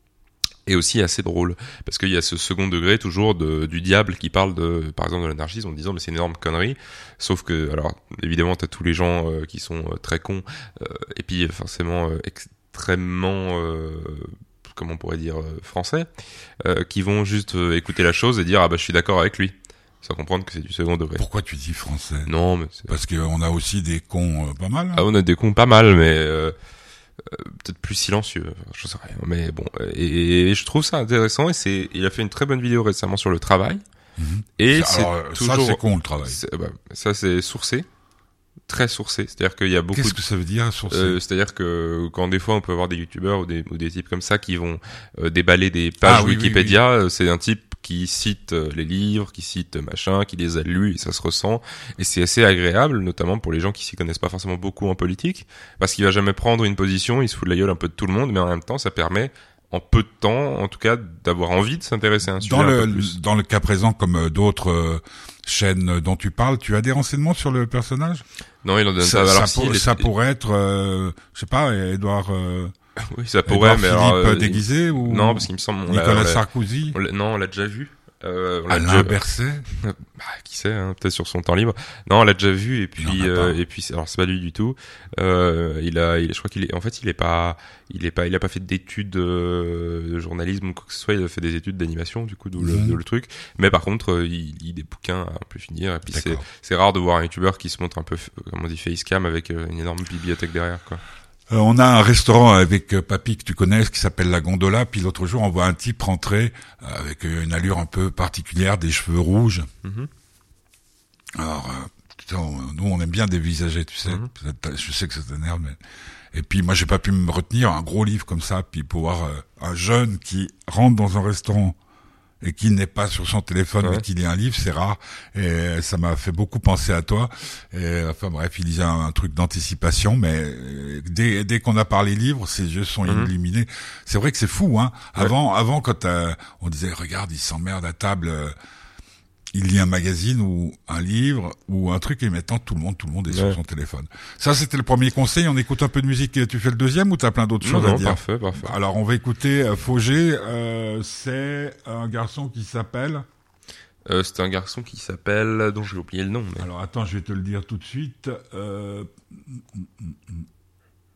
Et aussi assez drôle, parce qu'il y a ce second degré toujours de, du diable qui parle de, par exemple, de l'anarchisme en disant mais c'est une énorme connerie, sauf que, alors évidemment t'as tous les gens euh, qui sont euh, très cons, euh, et puis forcément euh, extrêmement... Euh, comment on pourrait dire, euh, français, euh, qui vont juste euh, écouter la chose et dire ah bah je suis d'accord avec lui, sans comprendre que c'est du second degré. Pourquoi tu dis français? Non, mais c'est... Parce qu'on a aussi des cons euh, pas mal. Hein. Ah, on a des cons pas mal, mais euh, euh, peut-être plus silencieux. Enfin, je sais rien, mais bon. Et, et je trouve ça intéressant. Et c'est, il a fait une très bonne vidéo récemment sur le travail. Mhm. Et Ça, c'est alors, toujours, ça c'est con le travail. c'est- bah, ça c'est sourcé, très sourcé. C'est-à-dire qu'il y a beaucoup. Qu'est-ce de... que ça veut dire sourcé? Euh, c'est-à-dire que quand des fois on peut avoir des youtubeurs ou des, ou des types comme ça qui vont euh, déballer des pages Ah, oui, Wikipédia, euh, c'est un type qui cite euh, les livres, qui cite euh, machin, qui les a lus et ça se ressent. Et c'est assez agréable, notamment pour les gens qui s'y connaissent pas forcément beaucoup en politique, parce qu'il va jamais prendre une position, il se fout de la gueule un peu de tout le monde, mais en même temps ça permet en peu de temps, en tout cas, d'avoir envie de s'intéresser à un sujet Dans un le peu plus. dans le cas présent, comme euh, d'autres euh, chaînes dont tu parles, tu as des renseignements sur le personnage? Non, il en donne Ça, pas. ça, Alors si, pour- il est- ça pourrait être, euh, je sais pas, Edouard, euh, oui, ça pourrait, Édouard mais Philippe alors, euh, déguisé ou non, parce qu'il me semble, on l'a- Nicolas on l'a- Sarkozy, on l'a- non, on l'a déjà vu. Euh, on l'a Alain déjà- Berset. Bah, qui sait, hein, peut-être sur son temps libre. Non, on l'a déjà vu et puis Il en a euh, pas. et puis c'est- alors c'est pas lui du tout. Euh, il a, il, je crois qu'il est, en fait, il est pas, il est pas, il a pas fait d'études euh, de journalisme ou quoi que ce soit. Il a fait des études d'animation, du coup, d'où le, Mhm. d'où le truc. Mais par contre, euh, il lit des bouquins à plus finir. Et puis c'est, D'accord. c'est rare de voir un youtubeur qui se montre un peu, comme on dit, facecam avec euh, une énorme bibliothèque derrière, quoi. Euh, on a un restaurant avec euh, Papy que tu connais, qui s'appelle La Gondola. Puis l'autre jour, on voit un type rentrer euh, avec euh, une allure un peu particulière, des cheveux rouges. Mhm. Alors, euh, putain, on- nous, on aime bien dévisager, tu sais. Mhm. Peut-être, je sais que ça t'énerve, mais... Et puis, moi, j'ai pas pu me retenir un gros livre comme ça, puis pour voir euh, un jeune qui rentre dans un restaurant et qui n'est pas sur son téléphone, Ouais. mais qui lit un livre, c'est rare. Et ça m'a fait beaucoup penser à toi. Et, enfin bref, il lisait un, un truc d'anticipation, mais euh, dès, dès qu'on a parlé livre, ses yeux sont Mhm. illuminés. C'est vrai que c'est fou, hein. Ouais. Avant, avant, quand euh, on disait, regarde, il s'emmerde à table, euh, il lit un magazine ou un livre ou un truc, et maintenant tout le monde, tout le monde est Ouais. sur son téléphone. Ça, c'était le premier conseil. On écoute un peu de musique. Et tu fais le deuxième ou t'as plein d'autres Non, choses à non, dire? parfait, parfait. Alors, on va écouter euh, Fogé. Euh, c'est un garçon qui s'appelle... Euh, c'est un garçon qui s'appelle, dont j'ai oublié le nom. Mais... Alors, attends, je vais te le dire tout de suite. Euh...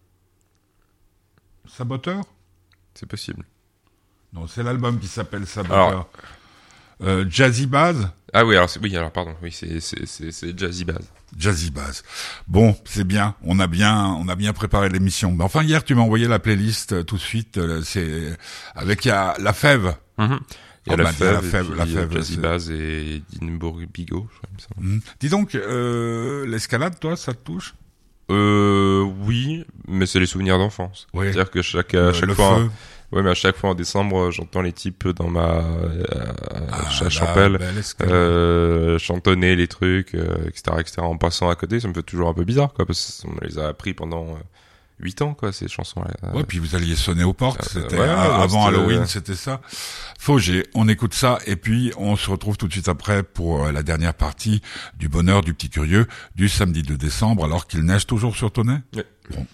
Saboteur ? C'est possible. Non, c'est l'album qui s'appelle Saboteur. Alors... Euh, Jazzy Bass ? Ah oui, alors c'est, oui, alors pardon, oui, c'est c'est c'est, c'est Jazzy Bass. Jazzy Bass. Bon, c'est bien. On a bien, on a bien préparé l'émission. Mais enfin, hier, tu m'as envoyé la playlist euh, tout de suite. Euh, c'est avec il y a La Fève. Mm-hmm. Il y a oh, La bah, Fève, La Fève, et La puis, Fève, Jazzy c'est... Bass et Dinbourg Bigot, je crois, il me semble. Mmh. Dis donc, euh, l'escalade, toi, ça te touche ? Euh, oui, mais c'est les souvenirs d'enfance. Oui. C'est-à-dire que chaque, à le, chaque le fois, feu. ouais, mais à chaque fois en décembre, j'entends les types dans ma, euh, Ah, à Champel, belle escalade. euh, chantonner les trucs, euh, et cetera, et cetera. En passant à côté, ça me fait toujours un peu bizarre, quoi, parce qu'on les a appris pendant euh, huit ans, quoi, ces chansons-là. Ouais, puis vous alliez sonner aux portes. Euh, C'était ouais, ah, ouais, avant c'était... Halloween, c'était ça. Faugé, on écoute ça et puis on se retrouve tout de suite après pour la dernière partie du bonheur du petit curieux du samedi deux décembre, alors qu'il neige toujours sur Tonnet. Ouais. Bon.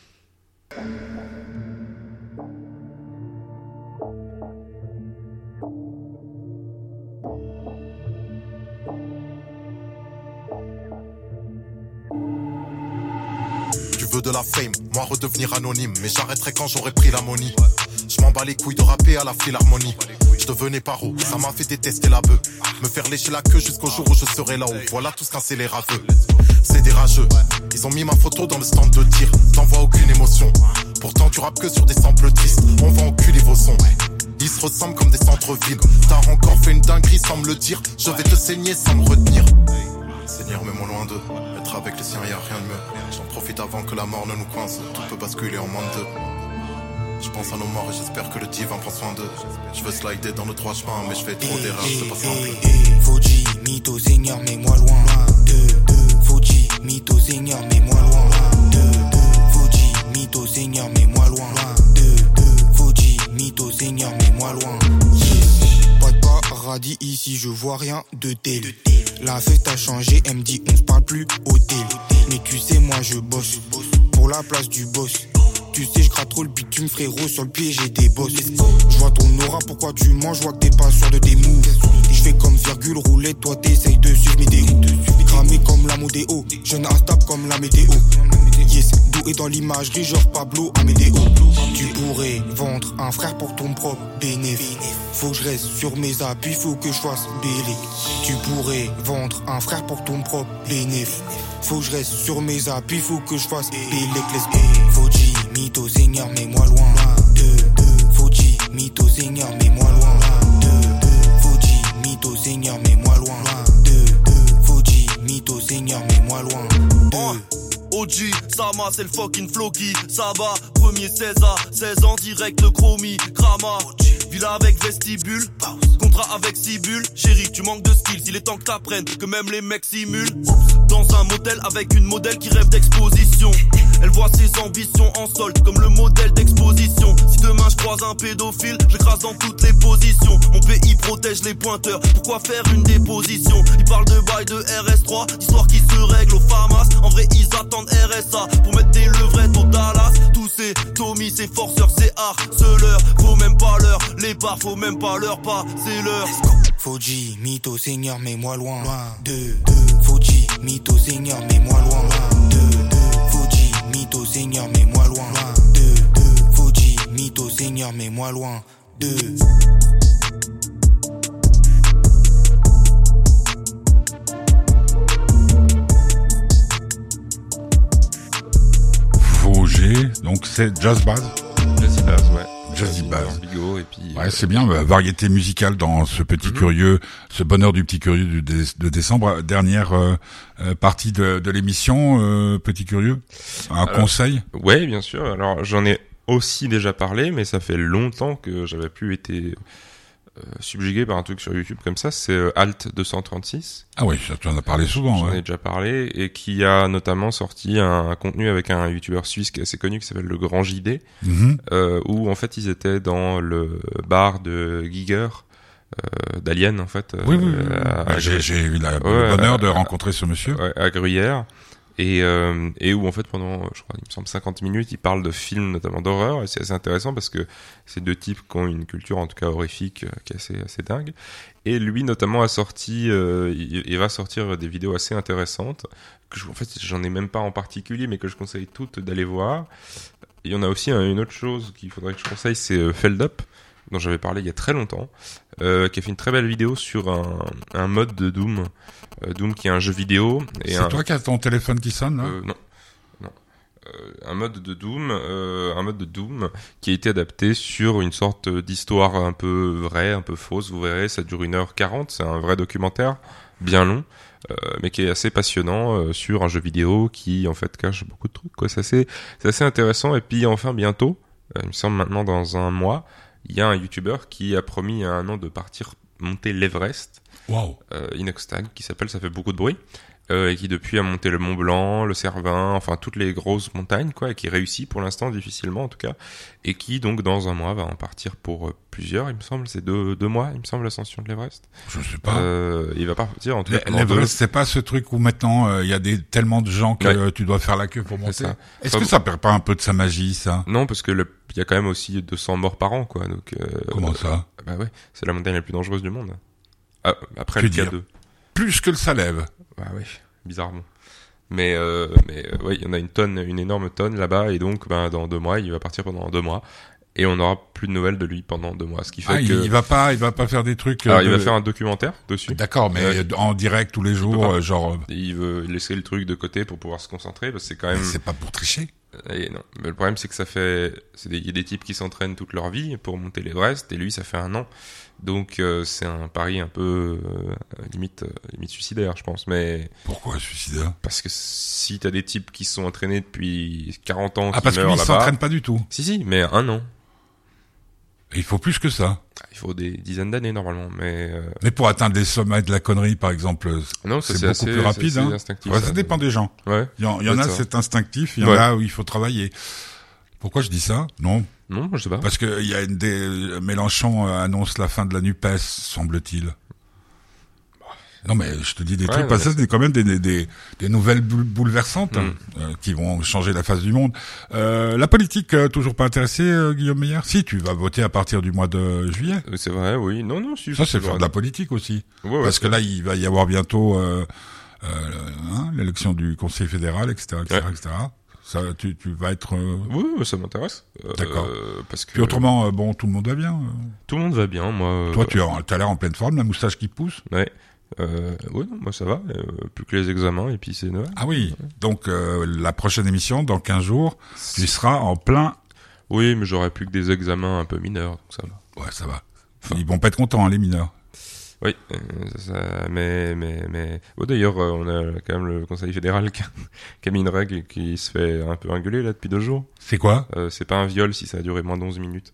Tu veux de la fame, moi redevenir anonyme, mais j'arrêterai quand j'aurai pris l'ammonie. Je m'en bats les couilles de rapper à la philharmonie. Je devenais paro, ça m'a fait détester la bœuf. Me faire lécher la queue jusqu'au jour où je serai là-haut. Voilà tout ce qu'un scélérat veut. C'est des rageux, ils ont mis ma photo dans le stand de tir. T'en vois aucune émotion. Pourtant tu rappes que sur des samples tristes. On va enculer vos sons. Ils se ressemblent comme des centres-villes. T'as encore fait une dinguerie sans me le dire. Je vais te saigner sans me retenir. Seigneur, mets-moi loin d'eux. Être avec les siens, y'a rien de mieux. J'en profite avant que la mort ne nous coince. Tout peut basculer en moins de deux. Je pense à nos morts et j'espère que le divin prend soin d'eux. Je veux slider dans le droit chemin, mais je fais trop d'erreurs, c'est pas simple. Fauji, mytho, seigneur, mets-moi loin. De, de, Fauji, mytho, seigneur, mets-moi loin. De, de, Fauji, mytho, seigneur, mets-moi loin. De, de, Fauji, mytho, seigneur, mets-moi loin. Pas de paradis ici, je vois rien de tel. La fête a changé, elle me dit on se parle plus hôtel. Mais tu sais, moi je bosse pour la place du boss. Tu sais, je gratte trop le bitume, frérot, sur le pied, j'ai des bosses. Je vois ton aura, pourquoi tu mens, je vois que t'es pas sûr de tes moves. Je fais comme virgule, roulette, toi t'essayes de suivre mes déos. Cramé comme la modéo, jeune instable comme la météo. Yes, doué dans l'imagerie, genre Pablo Amédéo. Tu pourrais vendre un frère pour ton propre bénéfice. Faut que je reste sur mes appuis, faut que je fasse bélé. Tu pourrais vendre un frère pour ton propre bénéfice. Faut que je reste sur mes appuis, faut que je fasse bélé. Fauji, mytho, seigneur, mets-moi loin. De, de, Fauji, mytho, seigneur, mets-moi loin. De, de, Fauji, mytho, seigneur, mets-moi loin. De, de, Fauji, mytho, seigneur, mets-moi loin. De, O G, Sama, c'est le fucking Floki. Saba, premier seize à seize ans, direct le chromie. Grama, villa avec vestibule. Contrat avec Cibule. Chérie, tu manques de skills, il est temps que t'apprennes que même les mecs simulent. Dans un motel avec une modèle qui rêve d'exposition. Elle voit ses ambitions en solde comme le modèle d'exposition. Si demain je croise un pédophile, je l'écrase dans toutes les positions. Mon pays protège les pointeurs, pourquoi faire une déposition? Ils parlent de bail de R S trois, d'histoire qui se règle au FAMAS. En vrai ils attendent R S A pour mettre des levrettes au Dallas. Tous ces Tommy, ces forceurs, ces harceleurs. Faut même pas leur les barres, faut même pas leur pas, c'est leur. Fauji, mytho, seigneur, mets-moi loin. De, de, Fauji, mytho, seigneur, mets-moi loin. De, de, Fauji, mytho, seigneur, mets-moi loin. De, de, Fauji, mytho, seigneur, mets-moi loin. De. Faugé, donc c'est Jazz Bass. Jazzy Bass, ouais. Jazzy Bass. Bigot, et puis, Ouais, euh, c'est bien, bah, variété musicale dans ce petit Mm-hmm. curieux, ce bonheur du petit curieux du dé- de décembre. Dernière euh, euh, partie de, de l'émission, euh, petit curieux. Un Alors, conseil? Ouais, bien sûr. Alors, j'en ai aussi déjà parlé, mais ça fait longtemps que j'avais plus été euh, subjugué par un truc sur YouTube comme ça. C'est euh, Alt deux cent trente-six. Ah oui, ça, tu en as parlé souvent. J'en Ouais. ai déjà parlé, et qui a notamment sorti un, un contenu avec un youtubeur suisse qui est assez connu, qui s'appelle Le Grand J D, Mhm. euh, où en fait ils étaient dans le bar de Giger, euh, d'Alien en fait. Oui, oui, oui. euh, à- Bah, à j'ai, Gru- j'ai eu la, Ouais, le bonheur de euh, rencontrer ce monsieur. ouais, à Gruyère. Et, euh, et où en fait pendant, je crois, il me semble cinquante minutes, il parle de films notamment d'horreur, et c'est assez intéressant parce que c'est deux types qui ont une culture en tout cas horrifique euh, qui est assez, assez dingue. Et lui notamment a sorti, euh, il, il va sortir des vidéos assez intéressantes que je, en fait j'en ai même pas en particulier, mais que je conseille toutes d'aller voir. il y en a aussi un, une autre chose qu'il faudrait que je conseille, c'est euh, Feld Up, dont j'avais parlé il y a très longtemps, euh, qui a fait une très belle vidéo sur un, un mode de Doom, euh, Doom qui est un jeu vidéo. Et c'est un... toi qui as ton téléphone qui sonne là euh, Non, non. Euh, un mode de Doom, euh, un mode de Doom qui a été adapté sur une sorte d'histoire un peu vraie, un peu fausse. Vous verrez, ça dure une heure quarante, c'est un vrai documentaire, bien long. Euh, mais qui est assez passionnant euh, sur un jeu vidéo qui en fait cache beaucoup de trucs, quoi. C'est assez, c'est assez intéressant. Et puis enfin bientôt, euh, il me semble maintenant dans un mois, il y a un YouTuber qui a promis il y a un an de partir monter l'Everest. Wow. Euh, Inoxtag, qui s'appelle Ça fait beaucoup de bruit, euh, et qui depuis a monté le Mont Blanc, le Cervin, enfin toutes les grosses montagnes, quoi, et qui réussit pour l'instant difficilement en tout cas, et qui donc dans un mois va en partir pour euh, plusieurs, il me semble, c'est deux deux mois, il me semble, l'ascension de l'Everest. Je sais pas. Euh, il va partir en tout cas. L'Everest, deux... c'est pas ce truc où maintenant il euh, y a des tellement de gens que ouais. euh, tu dois faire la queue pour monter. Ça. Est-ce enfin, que ça perd pas un peu de sa magie, ça? Non, parce que le il y a quand même aussi deux cents morts par an, quoi. Donc euh, comment ça? euh, Bah ouais, c'est la montagne la plus dangereuse du monde. Ah, après que le K deux. Plus que le Salève. Bah oui, bizarrement. Mais euh, mais euh, ouais, il y en a une tonne, une énorme tonne là-bas, et donc ben dans deux mois, il va partir pendant deux mois, et on n'aura plus de nouvelles de lui pendant deux mois, ce qui fait ah, que il, il va pas, il va pas faire des trucs. Alors de... il va faire un documentaire dessus. D'accord, mais euh, en direct tous les jours, euh, genre. Il veut laisser le truc de côté pour pouvoir se concentrer, parce que c'est quand même. Mais c'est pas pour tricher. Et non, mais le problème c'est que ça fait, c'est des, il y a des types qui s'entraînent toute leur vie pour monter l'Everest, et lui ça fait un an, donc euh, c'est un pari un peu euh, limite, euh, limite suicidaire, je pense. Mais pourquoi suicidaire? Parce que si t'as des types qui se sont entraînés depuis quarante ans, ah qui parce meurent qu'ils là-bas, s'entraînent pas du tout. Si si, mais un an. Et il faut plus que ça. Il faut des dizaines d'années normalement, mais. Euh... Mais pour atteindre les sommets de la connerie, par exemple, non, c'est, c'est beaucoup assez, plus rapide. c'est hein. instinctif, ouais, ça, ça dépend des gens. Ouais. Il y en, il y en a, ça. c'est instinctif. Il y en ouais. a où il faut travailler. Pourquoi je dis ça? Non. Non, je sais pas. Parce que il y a une des Mélenchon annonce la fin de la NUPES, semble-t-il. Non mais je te dis des ouais, trucs, parce que mais... c'est quand même des, des, des nouvelles bouleversantes mm. euh, qui vont changer la face du monde. Euh, la politique, euh, toujours pas intéressé, euh, Guillaume Meyer? Si, tu vas voter à partir du mois de juillet. C'est vrai, oui. Non, non, si. Ça, c'est faire de la politique aussi. Ouais, ouais, parce que là, il va y avoir bientôt euh, euh, hein, l'élection du Conseil fédéral, et cetera, et cetera, ouais. et cetera. Ça, tu, tu vas être. Euh... Oui, ça m'intéresse. D'accord. Euh, parce que. Puis autrement, euh, bon, tout le monde va bien. Euh... Tout le monde va bien, moi. Toi, tu as, tu as l'air en pleine forme, la moustache qui pousse. Ouais. Euh, ouais, non, moi ça va. Euh, plus que les examens et puis c'est Noël. Ah oui. Ouais. Donc euh, la prochaine émission, dans quinze jours, tu seras en plein. Oui, mais j'aurai plus que des examens un peu mineurs, donc ça va. Ouais, ça va. Enfin, ils vont pas être contents, hein, les mineurs. Oui, euh, ça, mais mais mais. Bon, d'ailleurs, euh, on a quand même le Conseil fédéral qui a, qui a mis une règle qui se fait un peu engueuler là depuis deux jours. C'est quoi? euh, C'est pas un viol si ça a duré moins d'onze minutes.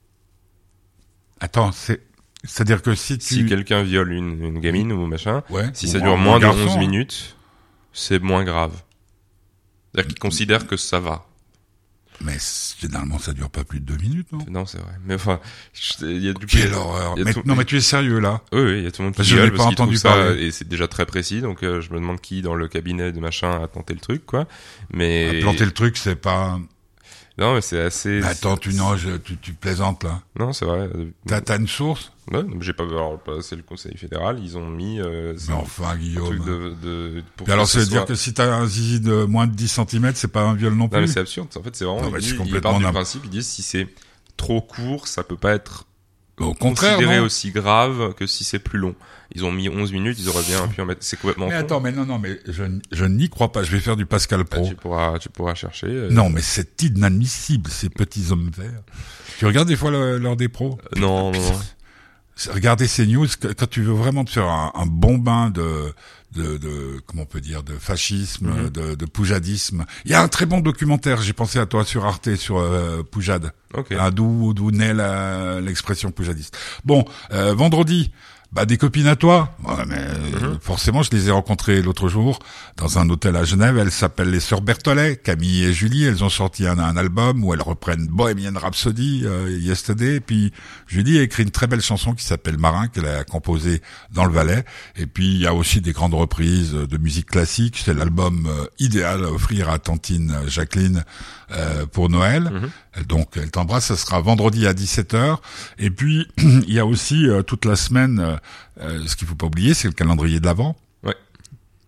Attends, c'est. C'est-à-dire que si tu... Si quelqu'un viole une, une gamine ou machin, ouais, si ou ça dure un, moins un de garçon, onze minutes, c'est moins grave. C'est-à-dire qu'ils considèrent que ça va. Mais généralement, ça dure pas plus de deux minutes, non? Non, c'est vrai. Mais enfin, il y a du... Quelle horreur. Mais, tout... Non, mais tu es sérieux, là? Oui, oui, il y a tout le monde qui je viole n'ai pas parce entendu qu'il trouve parler. Ça, et c'est déjà très précis, donc euh, je me demande qui, dans le cabinet de machin, a tenté le truc, quoi. Mais... À planter le truc, c'est pas... Non, mais c'est assez... Mais attends, tu, non, je, tu, tu plaisantes, là. Non, c'est vrai. T'as, t'as une source? Ouais, j'ai pas... Alors, c'est le Conseil fédéral, ils ont mis... Euh, mais enfin, Guillaume... Un truc de... de pour et alors, ça veut soit... dire que si t'as un zizi de moins de dix centimètres, c'est pas un viol non plus? Non, mais c'est absurde. En fait, c'est vraiment... Non, mais ils, c'est ils complètement partent du n'im... principe, ils disent si c'est trop court, ça peut pas être... Au contraire, considéré non aussi grave que si c'est plus long. Ils ont mis onze minutes, ils auraient bien pu en mettre. C'est complètement. Mais con. attends, mais non, non, mais je, je n'y crois pas. Je vais faire du Pascal Pro. Ah, tu pourras, tu pourras chercher. Euh... Non, mais c'est inadmissible, ces petits hommes verts. Tu regardes des fois le, l'heure des pros? euh, Non, non, non. Regardez ces news quand tu veux vraiment te faire un, un bon bain de, de, de, comment on peut dire, de fascisme, mm-hmm. de, de poujadisme. Il y a un très bon documentaire. J'ai pensé à toi sur Arte, sur euh, Poujade. Ok. Hein, d'où, d'où naît la, l'expression poujadiste. Bon, euh, vendredi. Bah, des copines à toi. Ouais, mais mm-hmm. forcément, je les ai rencontrées l'autre jour dans un hôtel à Genève. Elles s'appellent les Sœurs Berthollet, Camille et Julie. Elles ont sorti un, un album où elles reprennent Bohemian Rhapsody, euh, Yesterday. Et puis, Julie a écrit une très belle chanson qui s'appelle Marin, qu'elle a composée dans le Valais. Et puis, il y a aussi des grandes reprises de musique classique. C'est l'album euh, idéal à offrir à Tantine Jacqueline euh, pour Noël. Mm-hmm. Donc, elle t'embrasse. Ça sera vendredi à dix-sept heures. Et puis, il y a aussi euh, toute la semaine... Euh, Euh, ce qu'il faut pas oublier, c'est le calendrier de l'Avent. Ouais.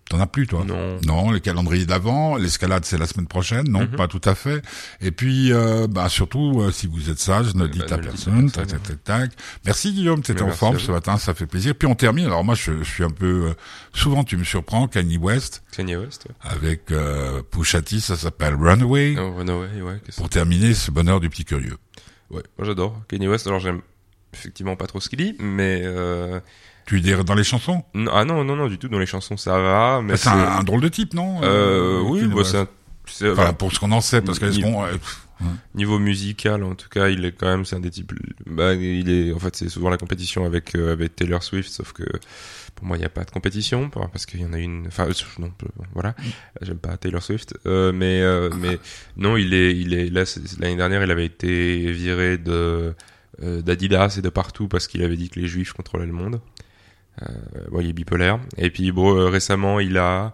T'en as plus, toi? Non. Non, les calendriers d'avant, l'escalade, c'est la semaine prochaine. Non, mm-hmm. pas tout à fait. Et puis, euh, bah, surtout, euh, si vous êtes sage, ne le dites bah, à ne personne. Tac, tac, tac, tac. Merci, Guillaume. T'étais en forme ce matin. Ça fait plaisir. Puis on termine. Alors moi, je, je suis un peu, euh, souvent, tu me surprends, Kanye West. Kanye West, ouais. Avec, euh, Pusha T, ça s'appelle Runaway. Oh, Runaway, ouais. Pour terminer ce bonheur du petit curieux. Ouais. Moi, j'adore Kanye West. Alors, j'aime effectivement pas trop ce qu'il dit, mais, euh, tu veux dire dans les chansons? Non, ah non, non, non, du tout. Dans les chansons, ça va. Mais bah, c'est, c'est... Un, un drôle de type, non? Euh, oui, bah, c'est un... C'est, enfin, bah, pour ce qu'on en sait, parce que niveau, qu'on, euh, niveau musical, en tout cas, il est quand même, c'est un des types, bah, il est, en fait, c'est souvent la compétition avec, euh, avec Taylor Swift, sauf que, pour moi, il n'y a pas de compétition, parce qu'il y en a une, enfin, non, voilà, j'aime pas Taylor Swift, euh, mais, euh, mais, non, il est, il est, là, l'année dernière, il avait été viré de, euh, d'Adidas et de partout parce qu'il avait dit que les Juifs contrôlaient le monde. Euh, bon, il est bipolaire. Et puis bon, euh, récemment, il a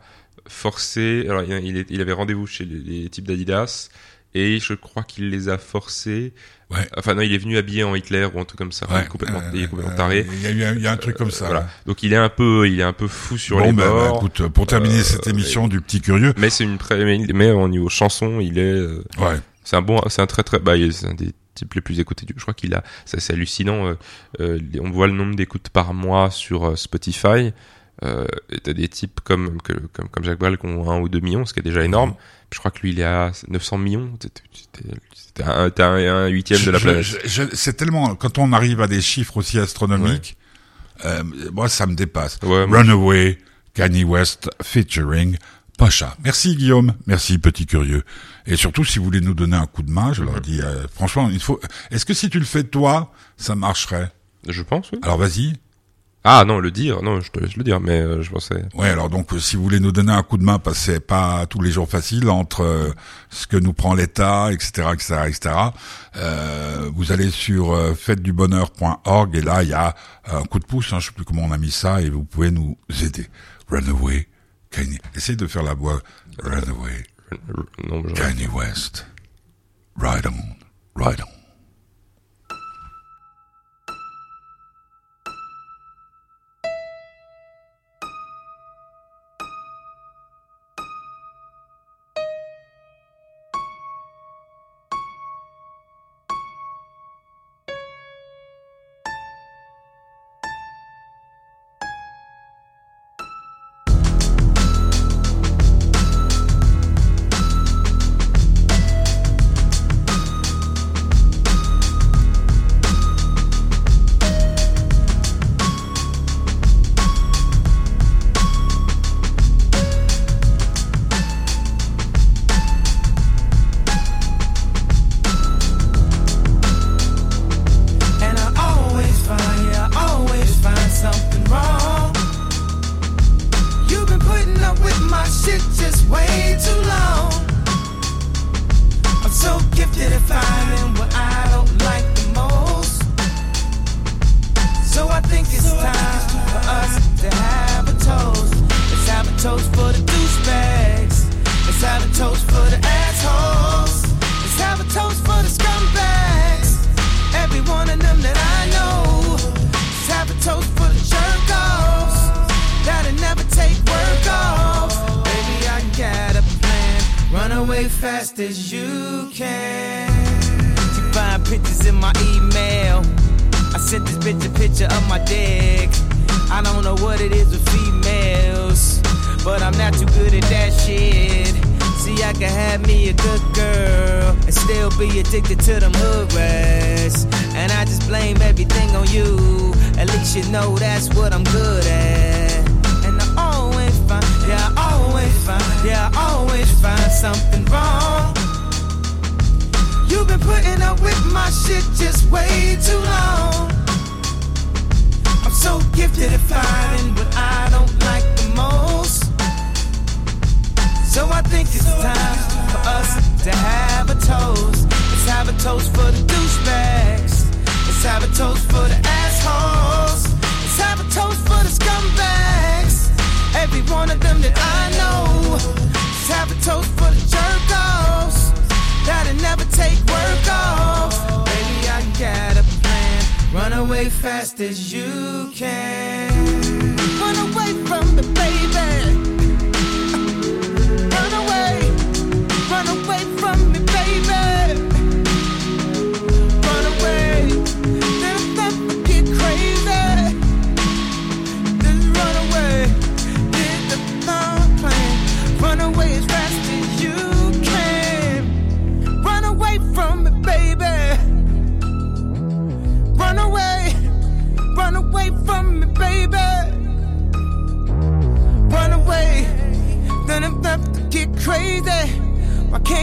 forcé. Alors, il, est, il avait rendez-vous chez les, les types d'Adidas et je crois qu'il les a forcés. Ouais. Enfin non, il est venu habillé en Hitler ou un truc comme ça. Ouais. Il est complètement, euh, il est complètement taré. Il y a eu, un, il y a un truc comme ça. Euh, voilà. Là. Donc il est un peu, il est un peu fou sur bon, les bah, bords. Bah, écoute, pour terminer euh, cette émission euh, du petit curieux. Mais c'est une très, mais, mais au niveau chanson, il est. Euh, ouais. C'est un bon, c'est un très très. Bah, c'est un des types les plus écoutés. Je crois qu'il a, ça c'est hallucinant. Euh, euh, on voit le nombre d'écoutes par mois sur euh, Spotify. Euh, et t'as des types comme, que, comme, comme Jacques Brel qui ont un ou deux millions, ce qui est déjà énorme. Mmh. Je crois que lui, il est à neuf cents millions. C'était un, un, un huitième je, de la planète. Je, je, c'est tellement, quand on arrive à des chiffres aussi astronomiques, ouais. euh, moi, ça me dépasse. Ouais, Runaway, Kanye West featuring Pusha. Merci Guillaume, merci petit curieux. Et surtout, si vous voulez nous donner un coup de main, je mmh. leur dis, euh, franchement, il faut. Est-ce que si tu le fais toi, ça marcherait? Je pense, oui. Alors vas-y. Ah non, le dire, non, je te laisse le dire, mais euh, je pensais... Ouais, alors donc, euh, si vous voulez nous donner un coup de main, parce que c'est pas tous les jours facile, entre euh, ce que nous prend l'État, et cetera, et cetera, et cetera, euh, vous allez sur euh, faites du bonheur point org, et là, il y a un coup de pouce, hein, je sais plus comment on a mis ça, et vous pouvez nous aider. Runaway, Kanye... Essayez de faire la voix. Runaway, non, Kanye West. Ride on, ride on. Fast as you can. She find pictures in my email. I sent this bitch a picture of my dick. I don't know what it is with females, but I'm not too good at that shit. See, I can have me a good girl and still be addicted to them hood rats. And I just blame everything on you. At least you know that's what I'm good at. And I always find, yeah, I always find, yeah, I always find something wrong. You've been putting up with my shit just way too long. I'm so gifted at finding what I don't like the most. So I think it's time for us to have a toast. Let's have a toast for the douchebags. Let's have a toast for the assholes. Let's have a toast for the scumbags. Every one of them that I know. Let's have a toast for the jerk-offs that'll never take work off. Baby, I got a plan. Run away fast as you can. Run away from the baby.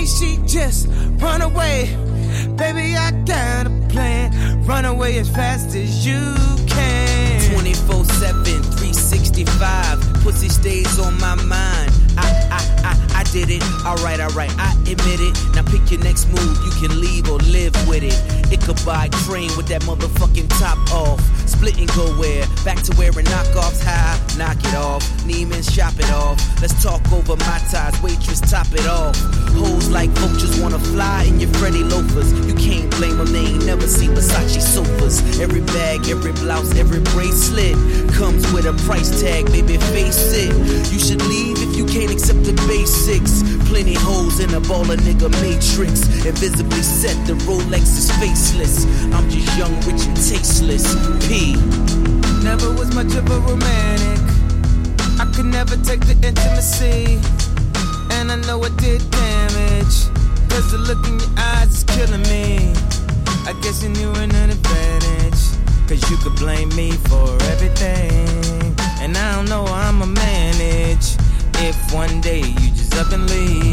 Can't she just run away? Baby, I got a plan. Run away as fast as you can. twenty-four seven, three sixty-five. Pussy stays on my mind. I, I, I, I did it. Alright, alright, I admit it. Now pick your next move. You can leave or live with it. Ichabod Crane with that motherfucking top off. Split and go where? Back to wearing knockoffs high. Knock it off. Neiman's shop it off. Let's talk over my ties. Waitress, top it off. Hoes like vultures wanna fly in your Freddy loafers. You can't blame them. They ain't never seen Versace sofas. Every bag, every blouse, every bracelet comes with a price tag. Baby, face it. You should leave if you can't accept the basics. Plenty hoes in a baller nigga matrix. Invisibly set, the Rolex is faceless. I'm just young, rich, and tasteless. P. Never was much of a romantic. I could never take the intimacy. And I know it did damage. Cause the look in your eyes is killing me. I guess you knew an advantage. Cause you could blame me for everything. And I don't know how I'ma manage if one day you just up and leave.